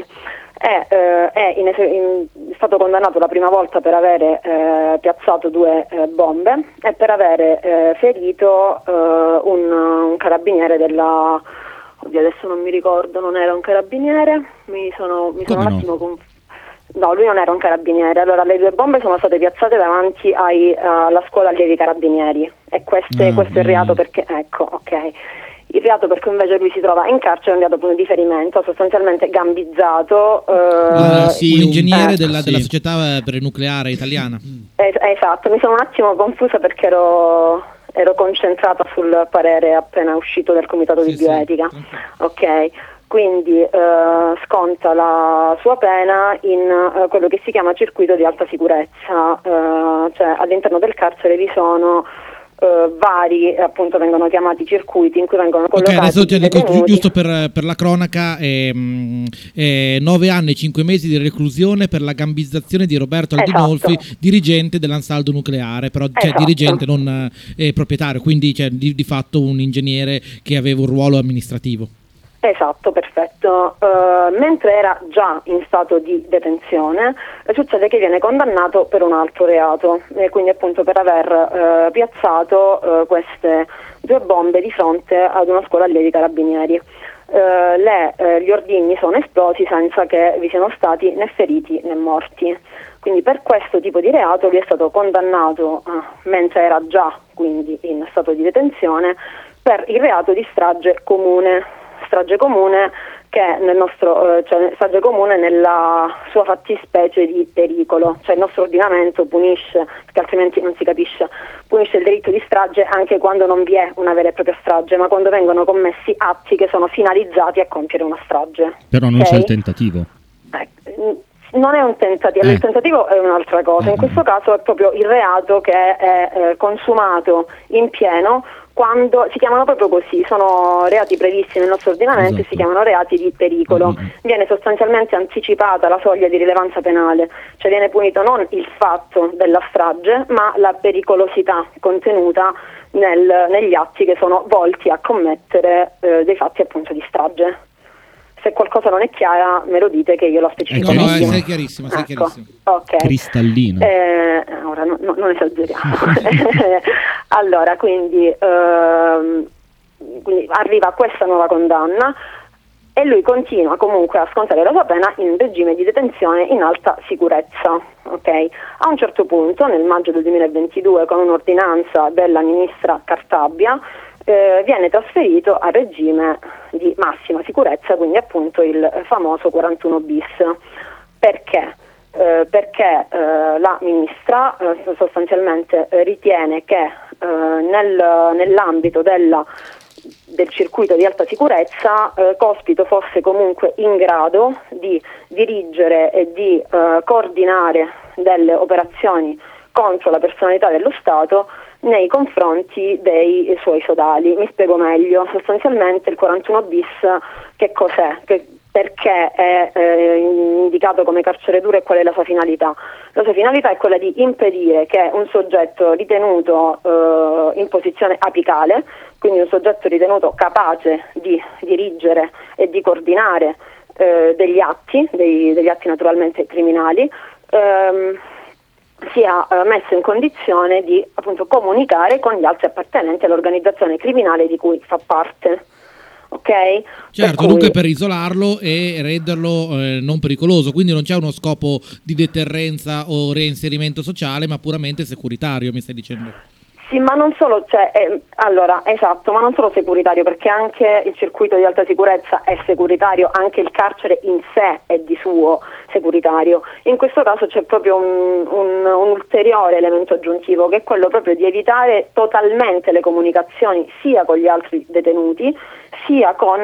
È stato condannato la prima volta per avere piazzato 2 bombe e per avere ferito un carabiniere della... Oddio, adesso non mi ricordo, non era un carabiniere, mi sono un attimo no, lui non era un carabiniere. Allora, le 2 bombe sono state piazzate davanti alla scuola allievi carabinieri e questo è il reato, perché ecco, ok. Il reato per cui invece lui si trova in carcere è un reato di ferimento, sostanzialmente gambizzato. Sì, un ingegnere della società per il nucleare italiana. Esatto, mi sono un attimo confusa perché ero concentrata sul parere appena uscito dal Comitato di Bioetica. Ok, quindi sconta la sua pena in quello che si chiama circuito di alta sicurezza, cioè all'interno del carcere vi sono vari, appunto vengono chiamati circuiti in cui vengono collocati. Ok, adesso ti dico giusto per la cronaca, 9 anni e 5 mesi di reclusione per la gambizzazione di Roberto Aldinolfi, dirigente dell'Ansaldo Nucleare, però cioè dirigente, non proprietario, quindi cioè, di fatto un ingegnere che aveva un ruolo amministrativo. Esatto, perfetto. Mentre era già in stato di detenzione, succede che viene condannato per un altro reato, quindi appunto per aver piazzato queste 2 bombe di fronte ad una scuola allievi carabinieri. Gli ordigni sono esplosi senza che vi siano stati né feriti né morti. Quindi per questo tipo di reato lui è stato condannato mentre era già quindi in stato di detenzione per il reato di strage comune che nel nostro strage comune nella sua fattispecie di pericolo, cioè il nostro ordinamento punisce, perché altrimenti non si capisce, punisce il delitto di strage anche quando non vi è una vera e propria strage, ma quando vengono commessi atti che sono finalizzati a compiere una strage. Però non c'è il tentativo. Non è un tentativo, il tentativo è un'altra cosa, in questo caso è proprio il reato che è consumato in pieno, quando si chiamano proprio così, sono reati previsti nel nostro ordinamento, e si chiamano reati di pericolo. Viene sostanzialmente anticipata la soglia di rilevanza penale, cioè viene punito non il fatto della strage, ma la pericolosità contenuta negli atti che sono volti a commettere dei fatti appunto di strage. Se qualcosa non è chiara me lo dite che io lo specifico. No, sei chiarissima, sei chiarissima. Okay. Cristallino. Ora non esageriamo. Allora, quindi arriva questa nuova condanna e lui continua comunque a scontare la sua pena in regime di detenzione in alta sicurezza. ok? A un certo punto, nel maggio del 2022, con un'ordinanza della ministra Cartabia, viene trasferito a regime di massima sicurezza, quindi appunto il famoso 41 bis. Perché? Perché la ministra sostanzialmente ritiene che nell'ambito del circuito di alta sicurezza Cospito fosse comunque in grado di dirigere e di coordinare delle operazioni contro la personalità dello Stato nei confronti dei suoi sodali. Mi spiego meglio. Sostanzialmente il 41 bis che cos'è? Perché è indicato come carcere duro e qual è la sua finalità? La sua finalità è quella di impedire che un soggetto ritenuto in posizione apicale, quindi un soggetto ritenuto capace di dirigere e di coordinare degli atti naturalmente criminali, sia messo in condizione di appunto comunicare con gli altri appartenenti all'organizzazione criminale di cui fa parte. Ok? Certo, dunque per isolarlo e renderlo non pericoloso, quindi non c'è uno scopo di deterrenza o reinserimento sociale, ma puramente securitario, mi stai dicendo? Sì, ma non solo, esatto, ma non solo securitario, perché anche il circuito di alta sicurezza è securitario, anche il carcere in sé è di suo securitario. In questo caso c'è proprio un ulteriore elemento aggiuntivo, che è quello proprio di evitare totalmente le comunicazioni sia con gli altri detenuti, sia con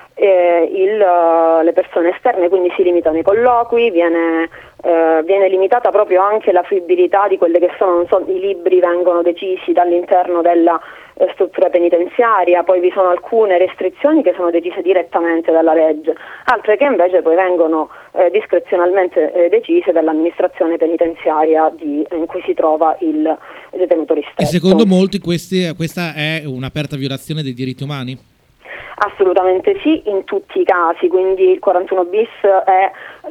le persone esterne, quindi si limitano i colloqui, viene limitata proprio anche la fruibilità di quelle che sono, non so, i libri vengono decisi dall'interno della struttura penitenziaria, poi vi sono alcune restrizioni che sono decise direttamente dalla legge, altre che invece poi vengono discrezionalmente decise dall'amministrazione penitenziaria in cui si trova il detenuto ristretto. E secondo molti questa è un'aperta violazione dei diritti umani? Assolutamente sì, in tutti i casi, quindi il 41 bis è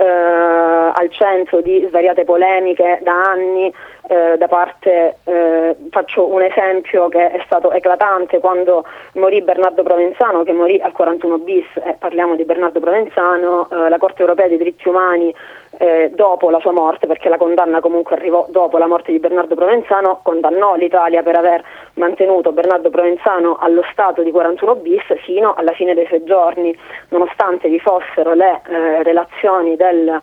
al centro di svariate polemiche da anni, da parte, faccio un esempio che è stato eclatante quando morì Bernardo Provenzano, che morì al 41 bis, parliamo di Bernardo Provenzano, la Corte Europea dei Diritti Umani dopo la sua morte, perché la condanna comunque arrivò dopo la morte di Bernardo Provenzano, condannò l'Italia per aver mantenuto Bernardo Provenzano allo stato di 41 bis fino alla fine dei suoi giorni, nonostante vi fossero le relazioni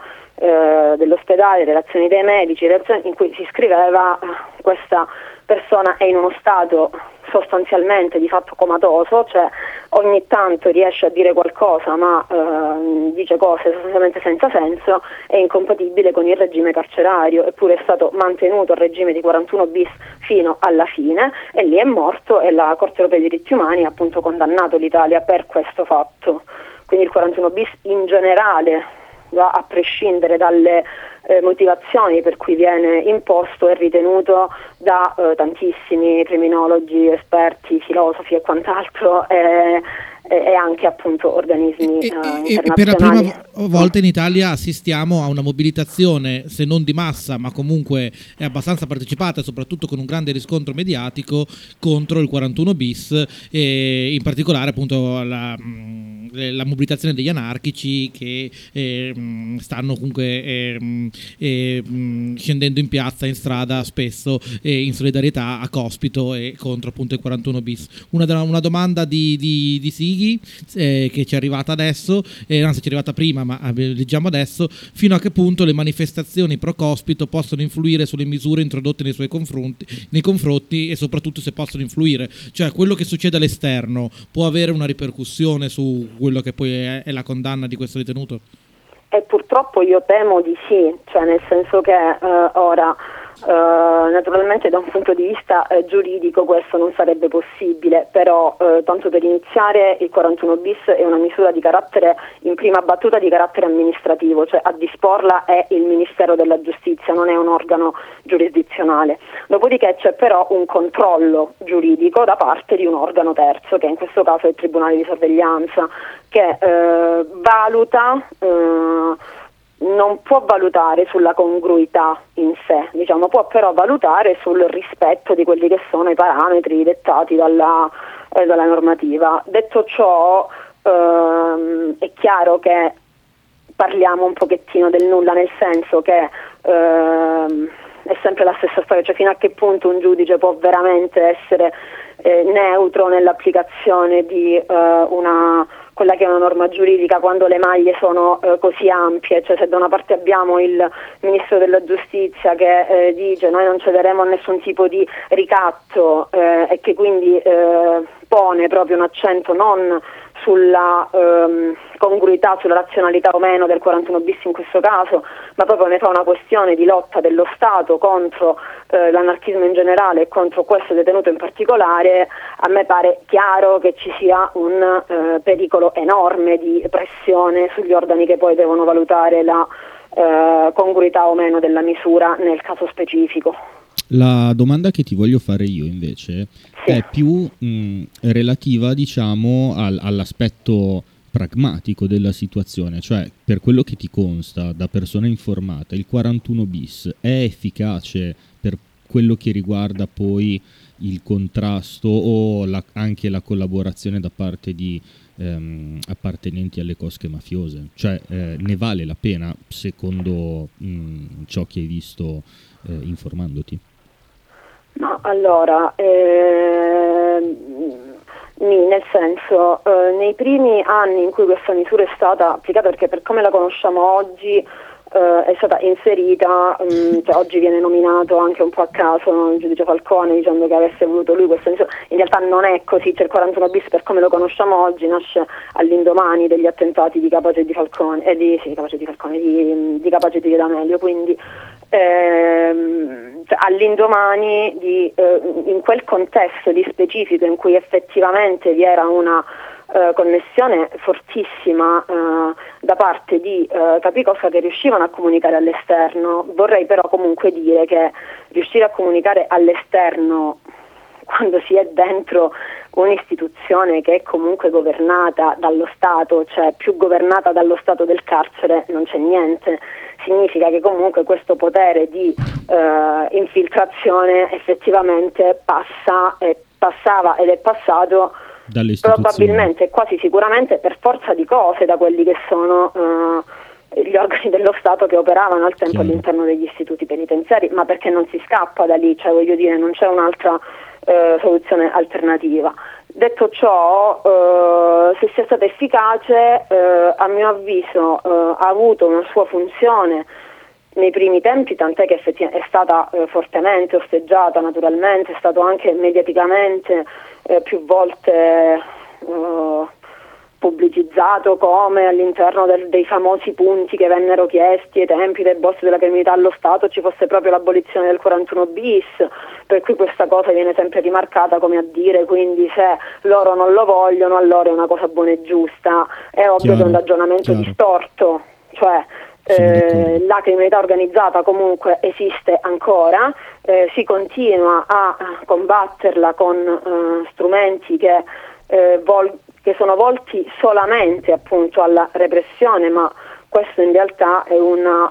dell'ospedale, relazioni dei medici, relazioni in cui si scriveva questa persona è in uno stato sostanzialmente di fatto comatoso, cioè ogni tanto riesce a dire qualcosa ma dice cose sostanzialmente senza senso, è incompatibile con il regime carcerario, eppure è stato mantenuto il regime di 41 bis fino alla fine e lì è morto e la Corte Europea dei Diritti Umani ha appunto condannato l'Italia per questo fatto. Quindi il 41 bis in generale, a prescindere dalle motivazioni per cui viene imposto, è ritenuto da tantissimi criminologi, esperti, filosofi e quant'altro e anche appunto organismi internazionali. E per la prima volta in Italia assistiamo a una mobilitazione, se non di massa, ma comunque è abbastanza partecipata, soprattutto con un grande riscontro mediatico contro il 41 bis, e in particolare appunto la mobilitazione degli anarchici che stanno comunque scendendo in piazza, in strada spesso in solidarietà a Cospito e contro appunto il 41 bis. Una domanda di Sighi che ci è arrivata adesso, anzi ci è arrivata prima ma leggiamo adesso: fino a che punto le manifestazioni pro Cospito possono influire sulle misure introdotte nei confronti e soprattutto se possono influire, cioè quello che succede all'esterno può avere una ripercussione su quello che poi è la condanna di questo detenuto? E purtroppo io temo di sì, cioè nel senso che ora naturalmente da un punto di vista giuridico questo non sarebbe possibile, però tanto per iniziare il 41 bis è una misura di carattere, in prima battuta di carattere amministrativo, cioè a disporla è il Ministero della Giustizia, non è un organo giurisdizionale. Dopodiché c'è però un controllo giuridico da parte di un organo terzo, che in questo caso è il Tribunale di Sorveglianza, che valuta, non può valutare sulla congruità in sé, diciamo, può però valutare sul rispetto di quelli che sono i parametri dettati dalla normativa. Detto ciò, è chiaro che parliamo un pochettino del nulla, nel senso che è sempre la stessa storia, cioè fino a che punto un giudice può veramente essere neutro nell'applicazione di quella che è una norma giuridica quando le maglie sono così ampie, cioè se da una parte abbiamo il Ministro della Giustizia che dice noi non cederemo a nessun tipo di ricatto e che quindi pone proprio un accento non sulla congruità, sulla razionalità o meno del 41 bis in questo caso, ma proprio ne fa una questione di lotta dello Stato contro l'anarchismo in generale e contro questo detenuto in particolare, a me pare chiaro che ci sia un pericolo enorme di pressione sugli organi che poi devono valutare la congruità o meno della misura nel caso specifico. La domanda che ti voglio fare io invece è più relativa, diciamo, all'aspetto pragmatico della situazione, cioè per quello che ti consta da persona informata, il 41 bis è efficace per quello che riguarda poi il contrasto o anche la collaborazione da parte di appartenenti alle cosche mafiose, cioè ne vale la pena secondo ciò che hai visto informandoti? Ma allora, nel senso, nei primi anni in cui questa misura è stata applicata, perché per come la conosciamo oggi è stata inserita, cioè oggi viene nominato anche un po' a caso, no, il giudice Falcone dicendo che avesse voluto lui questa misura, in realtà non è così, cioè il 41 bis per come lo conosciamo oggi nasce all'indomani degli attentati di Capace e di Falcone, di Capace e di D'Amelio, quindi cioè all'indomani in quel contesto di specifico in cui effettivamente vi era una connessione fortissima da parte di capicosca che riuscivano a comunicare all'esterno. Vorrei però comunque dire che riuscire a comunicare all'esterno quando si è dentro un'istituzione che è comunque governata dallo Stato, cioè più governata dallo Stato del carcere, non c'è niente. Significa che comunque questo potere di infiltrazione effettivamente passava ed è passato probabilmente, quasi sicuramente, per forza di cose da quelli che sono gli organi dello Stato che operavano al tempo all'interno degli istituti penitenziari, ma perché non si scappa da lì, cioè voglio dire, non c'è un'altra soluzione alternativa. Detto ciò, se sia stata efficace, a mio avviso ha avuto una sua funzione nei primi tempi, tant'è che effettivamente è stata fortemente osteggiata, naturalmente, è stato anche mediaticamente più volte pubblicizzato come all'interno dei famosi punti che vennero chiesti ai tempi dei boss della criminalità allo Stato ci fosse proprio l'abolizione del 41 bis, per cui questa cosa viene sempre rimarcata come a dire, quindi se loro non lo vogliono allora è una cosa buona e giusta. È ovvio che è un ragionamento distorto, cioè la criminalità organizzata comunque esiste ancora, si continua a combatterla con strumenti che sono volti solamente appunto alla repressione, ma questo in realtà è una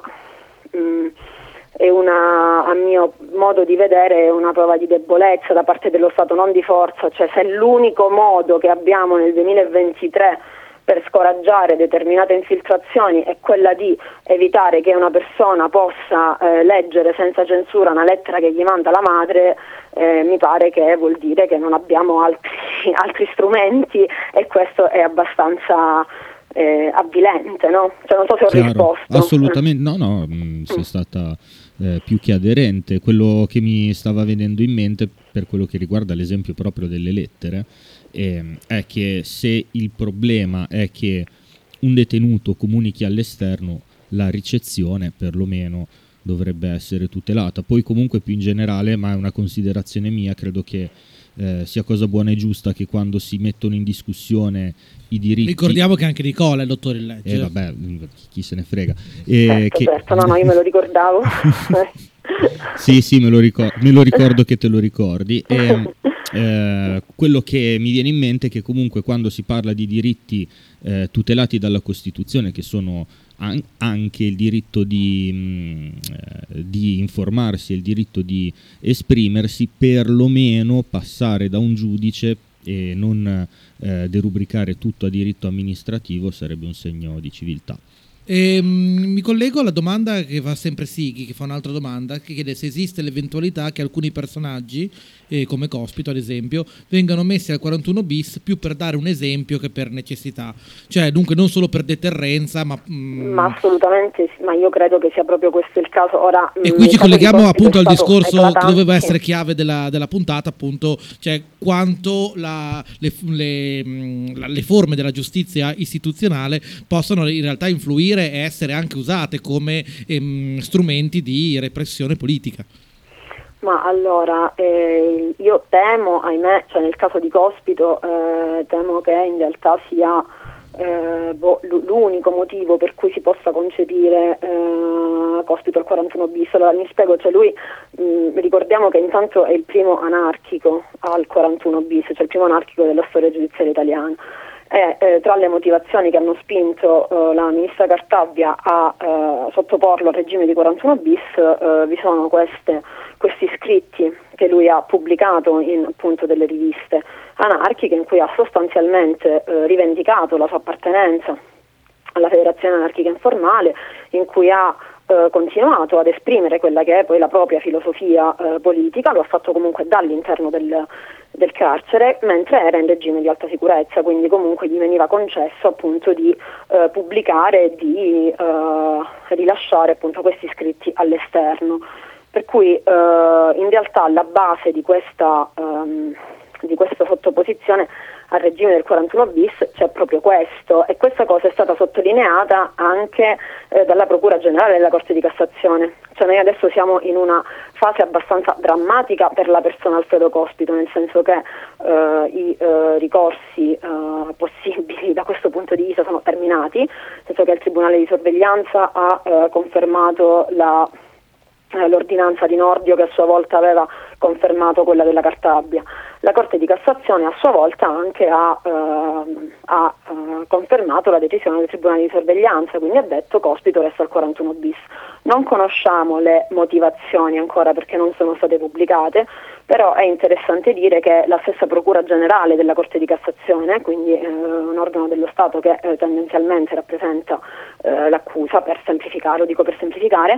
a mio modo di vedere, è una prova di debolezza da parte dello Stato, non di forza. Cioè, se l'unico modo che abbiamo nel 2023 per scoraggiare determinate infiltrazioni è quella di evitare che una persona possa leggere senza censura una lettera che gli manda la madre, mi pare che vuol dire che non abbiamo altri strumenti, e questo è abbastanza avvilente, no? Cioè, non so se ho risposto. Assolutamente, no, sei stata più che aderente. Quello che mi stava venendo in mente per quello che riguarda l'esempio proprio delle lettere è che se il problema è che un detenuto comunichi all'esterno, la ricezione perlomeno dovrebbe essere tutelata. Poi comunque più in generale, ma è una considerazione mia, credo che sia cosa buona e giusta che quando si mettono in discussione i diritti... Ricordiamo che anche Nicola è il dottore in legge. Vabbè, chi se ne frega. Certo, no, io me lo ricordavo. Sì, me lo ricordo che te lo ricordi. Quello che mi viene in mente è che comunque quando si parla di diritti tutelati dalla Costituzione, che sono anche il diritto di informarsi e il diritto di esprimersi, perlomeno passare da un giudice e non derubricare tutto a diritto amministrativo sarebbe un segno di civiltà. Mi collego alla domanda che fa sempre Sighi, che fa un'altra domanda, che chiede se esiste l'eventualità che alcuni personaggi, come Cospito ad esempio, vengano messi al 41 bis più per dare un esempio che per necessità, cioè dunque non solo per deterrenza, ma assolutamente sì, ma io credo che sia proprio questo il caso. Ora, e qui ci colleghiamo appunto al discorso eclatante, che doveva essere chiave della puntata, appunto, cioè quanto le forme della giustizia istituzionale possono in realtà influire e essere anche usate come strumenti di repressione politica. Ma allora, io temo, ahimè, cioè nel caso di Cospito, temo che in realtà sia l'unico motivo per cui si possa concepire Cospito al 41 bis. Allora mi spiego, cioè lui, ricordiamo che intanto è il primo anarchico al 41 bis, cioè il primo anarchico della storia giudiziaria italiana. Tra le motivazioni che hanno spinto la ministra Cartabia a sottoporlo al regime di 41 bis vi sono questi scritti che lui ha pubblicato in appunto delle riviste anarchiche, in cui ha sostanzialmente rivendicato la sua appartenenza alla Federazione Anarchica Informale, in cui ha continuato ad esprimere quella che è poi la propria filosofia politica. Lo ha fatto comunque dall'interno del carcere, mentre era in regime di alta sicurezza, quindi comunque gli veniva concesso appunto di pubblicare e di rilasciare appunto questi scritti all'esterno. Per cui in realtà alla base di questa sottoposizione al regime del 41 bis c'è proprio questo, e questa cosa è stata sottolineata anche dalla Procura Generale della Corte di Cassazione. Cioè noi adesso siamo in una fase abbastanza drammatica per la persona Alfredo Cospito, nel senso che i ricorsi possibili da questo punto di vista sono terminati, nel senso che il Tribunale di Sorveglianza ha confermato l'ordinanza di Nordio, che a sua volta aveva confermato quella della Cartabia. La Corte di Cassazione a sua volta anche ha confermato la decisione del Tribunale di Sorveglianza, quindi ha detto Cospito resta al 41 bis. Non conosciamo le motivazioni ancora perché non sono state pubblicate, però è interessante dire che la stessa Procura Generale della Corte di Cassazione, quindi un organo dello Stato che tendenzialmente rappresenta l'accusa, per semplificare, lo dico per semplificare,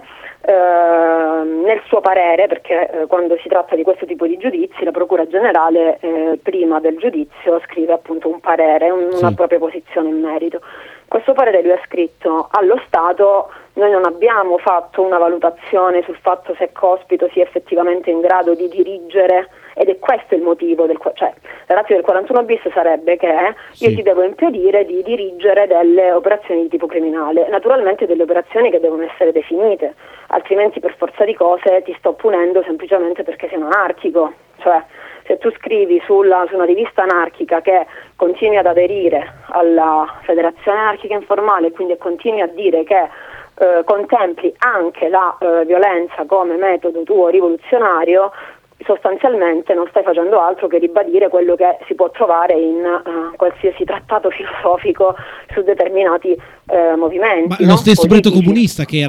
nel suo parere, perché quando si tratta di questo tipo di giudizi la Procura Generale prima del giudizio scrive appunto un parere, una propria posizione in merito. Questo parere lui ha scritto: allo Stato noi non abbiamo fatto una valutazione sul fatto se Cospito sia effettivamente in grado di dirigere, ed è questo il motivo cioè la ratio del 41 bis sarebbe che io ti devo impedire di dirigere delle operazioni di tipo criminale, naturalmente delle operazioni che devono essere definite, altrimenti per forza di cose ti sto punendo semplicemente perché sei un anarchico. Cioè se tu scrivi su una rivista anarchica che continui ad aderire alla Federazione Anarchica Informale e quindi continui a dire che contempli anche la violenza come metodo tuo rivoluzionario, sostanzialmente non stai facendo altro che ribadire quello che si può trovare in qualsiasi trattato filosofico su determinati movimenti. Ma lo stesso Partito Comunista che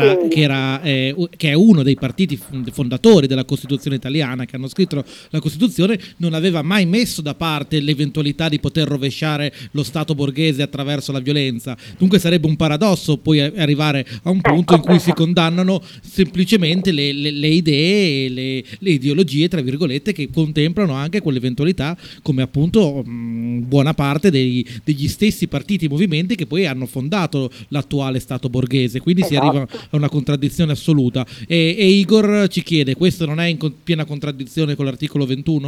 è uno dei partiti fondatori della Costituzione italiana, che hanno scritto la Costituzione, non aveva mai messo da parte l'eventualità di poter rovesciare lo Stato borghese attraverso la violenza. Dunque sarebbe un paradosso poi arrivare a un punto in cui si condannano semplicemente le idee, le ideologie tra virgolette, che contemplano anche quell'eventualità, come appunto buona parte degli stessi partiti e movimenti che poi hanno fondato l'attuale Stato borghese, quindi si arriva a una contraddizione assoluta. E Igor ci chiede: questo non è in piena contraddizione con l'articolo 21?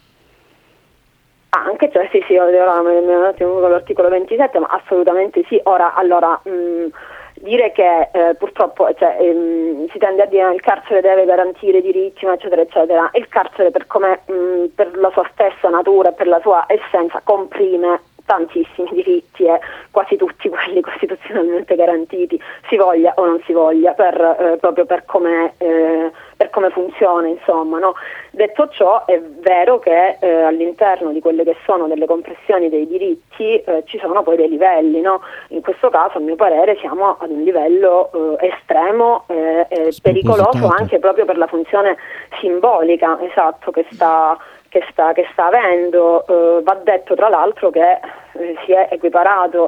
Anche, cioè sì, ora un attimo con l'articolo 27, ma assolutamente sì. Ora, allora, dire che purtroppo si tende a dire che il carcere deve garantire i diritti, eccetera eccetera, il carcere per la sua stessa natura e per la sua essenza comprime tantissimi diritti, e quasi tutti quelli costituzionalmente garantiti, si voglia o non si voglia, proprio per come funziona, insomma, no? Detto ciò, è vero che all'interno di quelle che sono delle compressioni dei diritti ci sono poi dei livelli, no? In questo caso, a mio parere, siamo ad un livello estremo e pericoloso anche proprio per la funzione simbolica, esatto, che sta avendo. Va detto tra l'altro che si è equiparato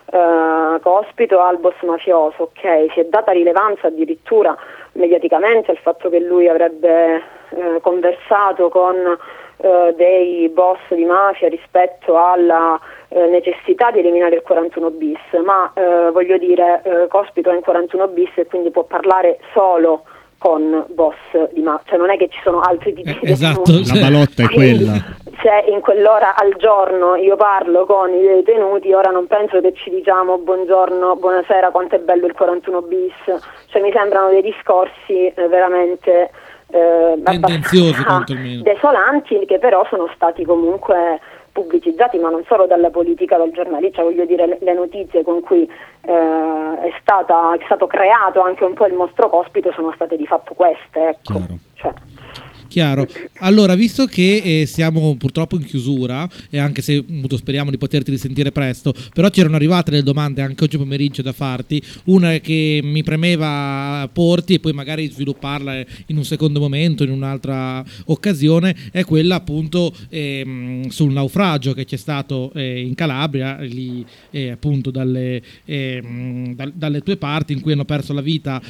Cospito al boss mafioso, ok, si è data rilevanza addirittura mediaticamente al fatto che lui avrebbe conversato con dei boss di mafia rispetto alla necessità di eliminare il 41 bis, ma voglio dire, Cospito è in 41 bis e quindi può parlare solo con boss di mafia, cioè non è che ci sono altri tipi di esatto, detenuti. la balotta è quella. Se in quell'ora al giorno io parlo con i detenuti, ora non penso che ci diciamo buongiorno, buonasera, quanto è bello il 41 bis, cioè mi sembrano dei discorsi veramente tendenziosi, quantomeno desolanti, che però sono stati comunque pubblicizzati, ma non solo dalla politica, dal giornalista, voglio dire, le notizie con cui è stato creato anche un po' il mostro Cospito sono state di fatto queste, ecco. Chiaro. Allora, visto che siamo purtroppo in chiusura, e anche se speriamo di poterti risentire presto, però c'erano arrivate delle domande anche oggi pomeriggio da farti, una che mi premeva porti e poi magari svilupparla in un secondo momento, in un'altra occasione, è quella appunto sul naufragio che c'è stato in Calabria, lì appunto dalle tue parti, in cui hanno perso la vita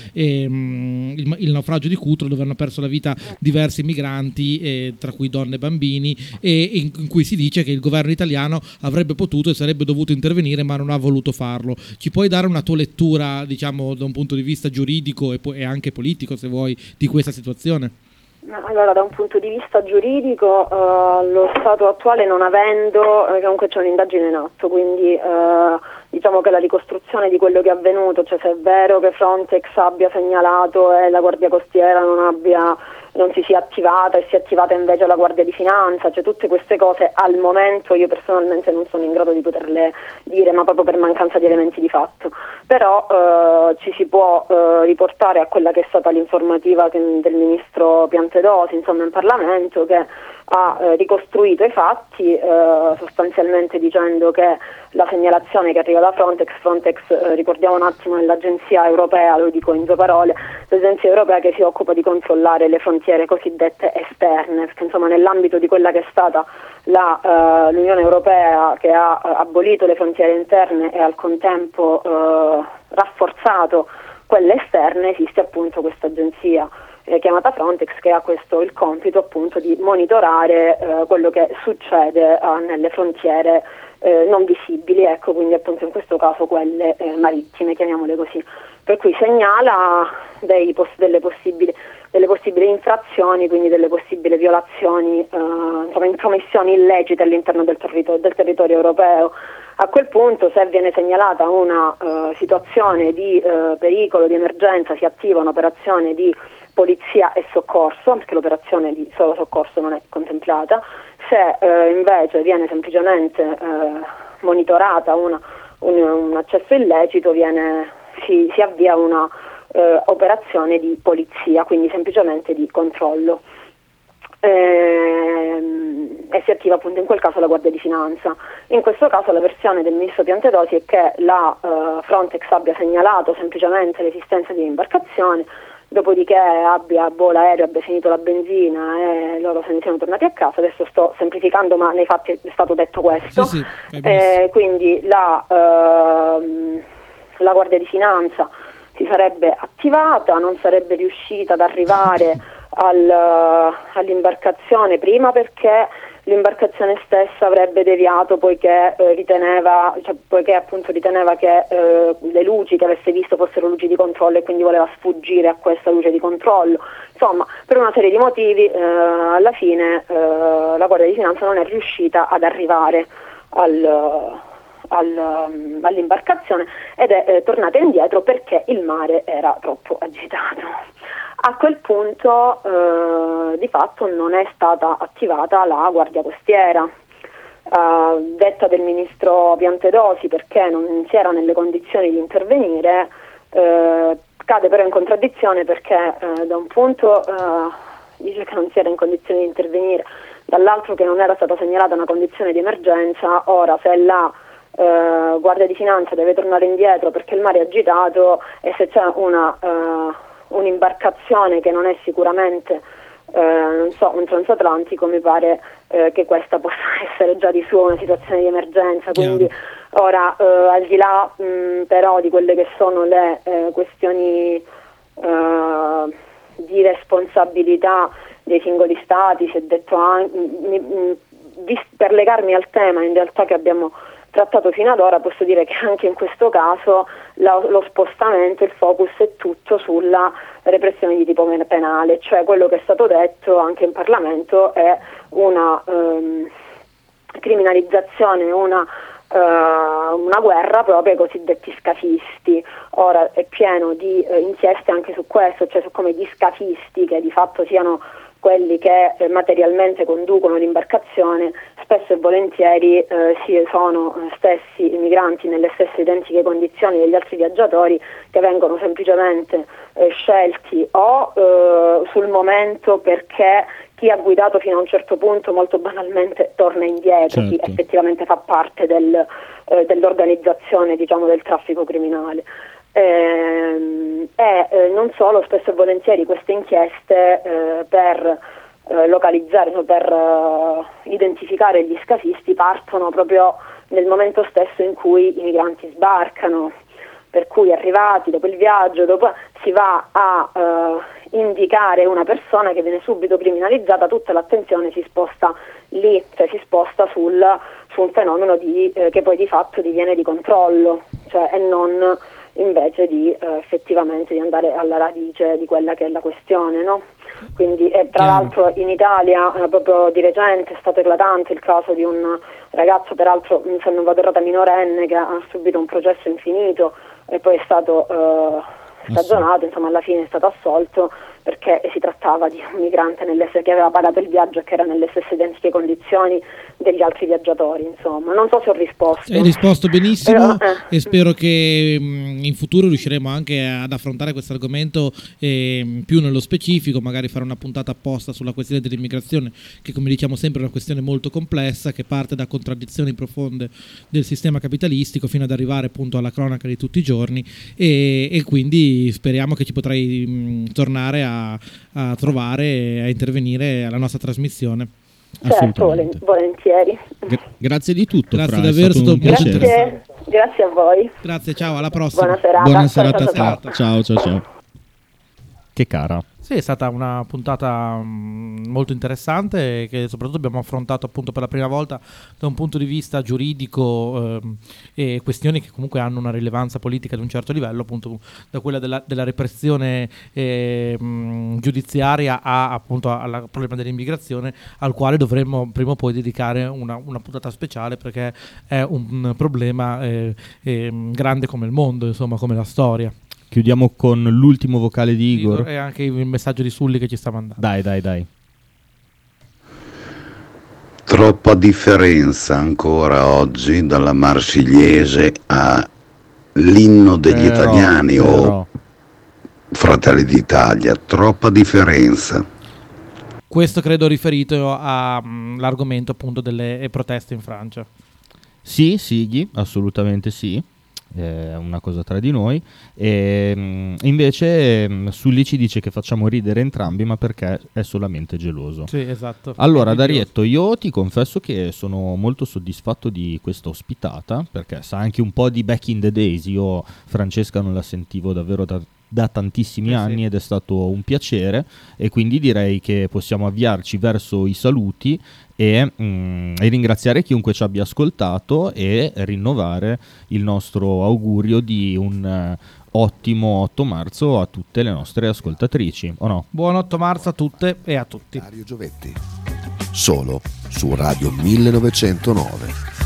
il naufragio di Cutro, dove hanno perso la vita diversi migranti, tra cui donne e bambini, e in cui si dice che il governo italiano avrebbe potuto e sarebbe dovuto intervenire ma non ha voluto farlo. Ci puoi dare una tua lettura, diciamo, da un punto di vista giuridico e anche politico, se vuoi, di questa situazione? Allora, da un punto di vista giuridico, lo stato attuale non avendo, comunque c'è un'indagine in atto, quindi diciamo che la ricostruzione di quello che è avvenuto, cioè se è vero che Frontex abbia segnalato e la Guardia Costiera non si sia attivata e si è attivata invece la Guardia di Finanza, cioè tutte queste cose al momento io personalmente non sono in grado di poterle dire, ma proprio per mancanza di elementi di fatto. Però ci si può riportare a quella che è stata l'informativa del ministro Piantedosi, insomma, in Parlamento, che ha ricostruito i fatti sostanzialmente dicendo che la segnalazione che arriva da Frontex, ricordiamo un attimo, è l'agenzia europea, lo dico in due parole, l'agenzia europea che si occupa di controllare le frontiere cosiddette esterne, perché insomma nell'ambito di quella che è stata l'Unione Europea, che ha abolito le frontiere interne e al contempo rafforzato quelle esterne, esiste appunto questa agenzia chiamata Frontex, che ha il compito appunto di monitorare quello che succede nelle frontiere non visibili, ecco, quindi appunto in questo caso quelle marittime, chiamiamole così, per cui segnala delle possibili infrazioni, quindi delle possibili violazioni, intromissioni illecite all'interno del territorio europeo. A quel punto, se viene segnalata una situazione di pericolo, di emergenza, si attiva un'operazione di polizia e soccorso, perché l'operazione di solo soccorso non è contemplata. Se invece viene semplicemente monitorata un accesso illecito, si avvia una operazione di polizia, quindi semplicemente di controllo. E si attiva appunto in quel caso la Guardia di Finanza. In questo caso la versione del ministro Piantedosi è che la Frontex abbia segnalato semplicemente l'esistenza di un'imbarcazione, dopodiché l'aereo abbia finito la benzina e loro se ne siano tornati a casa. Adesso sto semplificando, ma nei fatti è stato detto questo. Sì, quindi la Guardia di Finanza si sarebbe attivata, non sarebbe riuscita ad arrivare all'imbarcazione, prima perché l'imbarcazione stessa avrebbe deviato poiché riteneva che le luci che avesse visto fossero luci di controllo e quindi voleva sfuggire a questa luce di controllo. Insomma, per una serie di motivi alla fine la Guardia di Finanza non è riuscita ad arrivare all'imbarcazione ed è tornata indietro perché il mare era troppo agitato. A quel punto di fatto non è stata attivata la Guardia Costiera, detta del ministro Piantedosi, perché non si era nelle condizioni di intervenire. Cade però in contraddizione perché da un punto dice che non si era in condizioni di intervenire, dall'altro che non era stata segnalata una condizione di emergenza. Ora, se la Guardia di Finanza deve tornare indietro perché il mare è agitato e se c'è un'imbarcazione che non è sicuramente un transatlantico, mi pare che questa possa essere già di suo una situazione di emergenza. Quindi ora, al di là però di quelle che sono le questioni di responsabilità dei singoli stati, si è detto anche, per legarmi al tema in realtà che abbiamo trattato fino ad ora, posso dire che anche in questo caso lo spostamento, il focus è tutto sulla repressione di tipo penale, cioè quello che è stato detto anche in Parlamento è una criminalizzazione, una guerra proprio ai cosiddetti scafisti. Ora è pieno di inchieste anche su questo, cioè su come gli scafisti, che di fatto siano quelli che materialmente conducono l'imbarcazione, spesso e volentieri sono stessi i migranti nelle stesse identiche condizioni degli altri viaggiatori, che vengono semplicemente scelti o sul momento perché chi ha guidato fino a un certo punto molto banalmente torna indietro, chi effettivamente fa parte dell'organizzazione, diciamo, del traffico criminale. Non solo, spesso e volentieri queste inchieste per localizzare, per identificare gli scafisti partono proprio nel momento stesso in cui i migranti sbarcano, per cui arrivati dopo il viaggio, dopo si va a indicare una persona che viene subito criminalizzata, tutta l'attenzione si sposta lì, cioè si sposta su un fenomeno che poi di fatto diviene di controllo, cioè, e non invece di effettivamente di andare alla radice di quella che è la questione, no? Quindi tra l'altro in Italia proprio di recente è stato eclatante il caso di un ragazzo, peraltro se non vado errata minorenne, che ha subito un processo infinito e poi è stato stagionato, insomma alla fine è stato assolto perché si trattava di un migrante che aveva pagato il viaggio e che era nelle stesse identiche condizioni degli altri viaggiatori. Insomma, non so se ho risposto. Hai risposto benissimo, e spero che in futuro riusciremo anche ad affrontare questo argomento più nello specifico, magari fare una puntata apposta sulla questione dell'immigrazione, che come diciamo sempre è una questione molto complessa, che parte da contraddizioni profonde del sistema capitalistico fino ad arrivare appunto alla cronaca di tutti i giorni, e quindi speriamo che ci potrai tornare a trovare e a intervenire alla nostra trasmissione. Certo, volentieri. Grazie di tutto. Grazie davvero, è stato un piacere. Grazie a voi. Grazie, ciao, alla prossima. Buona serata. Ciao. Che cara. Sì, è stata una puntata molto interessante, che soprattutto abbiamo affrontato appunto per la prima volta da un punto di vista giuridico e questioni che comunque hanno una rilevanza politica di un certo livello, appunto da quella della repressione giudiziaria appunto al problema dell'immigrazione, al quale dovremmo prima o poi dedicare una puntata speciale, perché è un problema grande come il mondo, insomma, come la storia. Chiudiamo con l'ultimo vocale di Igor. E anche il messaggio di Sully che ci sta mandando. Dai. Troppa differenza ancora oggi dalla Marsigliese all'inno degli italiani o Fratelli d'Italia. Troppa differenza. Questo credo riferito all'argomento appunto delle proteste in Francia. Sì, Sighi, assolutamente sì. È una cosa tra di noi, e invece Sully ci dice che facciamo ridere entrambi, ma perché è solamente geloso. Sì, esatto. Allora, Darietto, io ti confesso che sono molto soddisfatto di questa ospitata, perché sa anche un po' di back in the days. Io Francesca non la sentivo davvero da tantissimi anni, ed è stato un piacere, e quindi direi che possiamo avviarci verso i saluti e ringraziare chiunque ci abbia ascoltato e rinnovare il nostro augurio di un ottimo 8 marzo a tutte le nostre ascoltatrici, o no? Buon 8 marzo a tutte e a tutti. Dario Giovetti, solo su Radio 1909.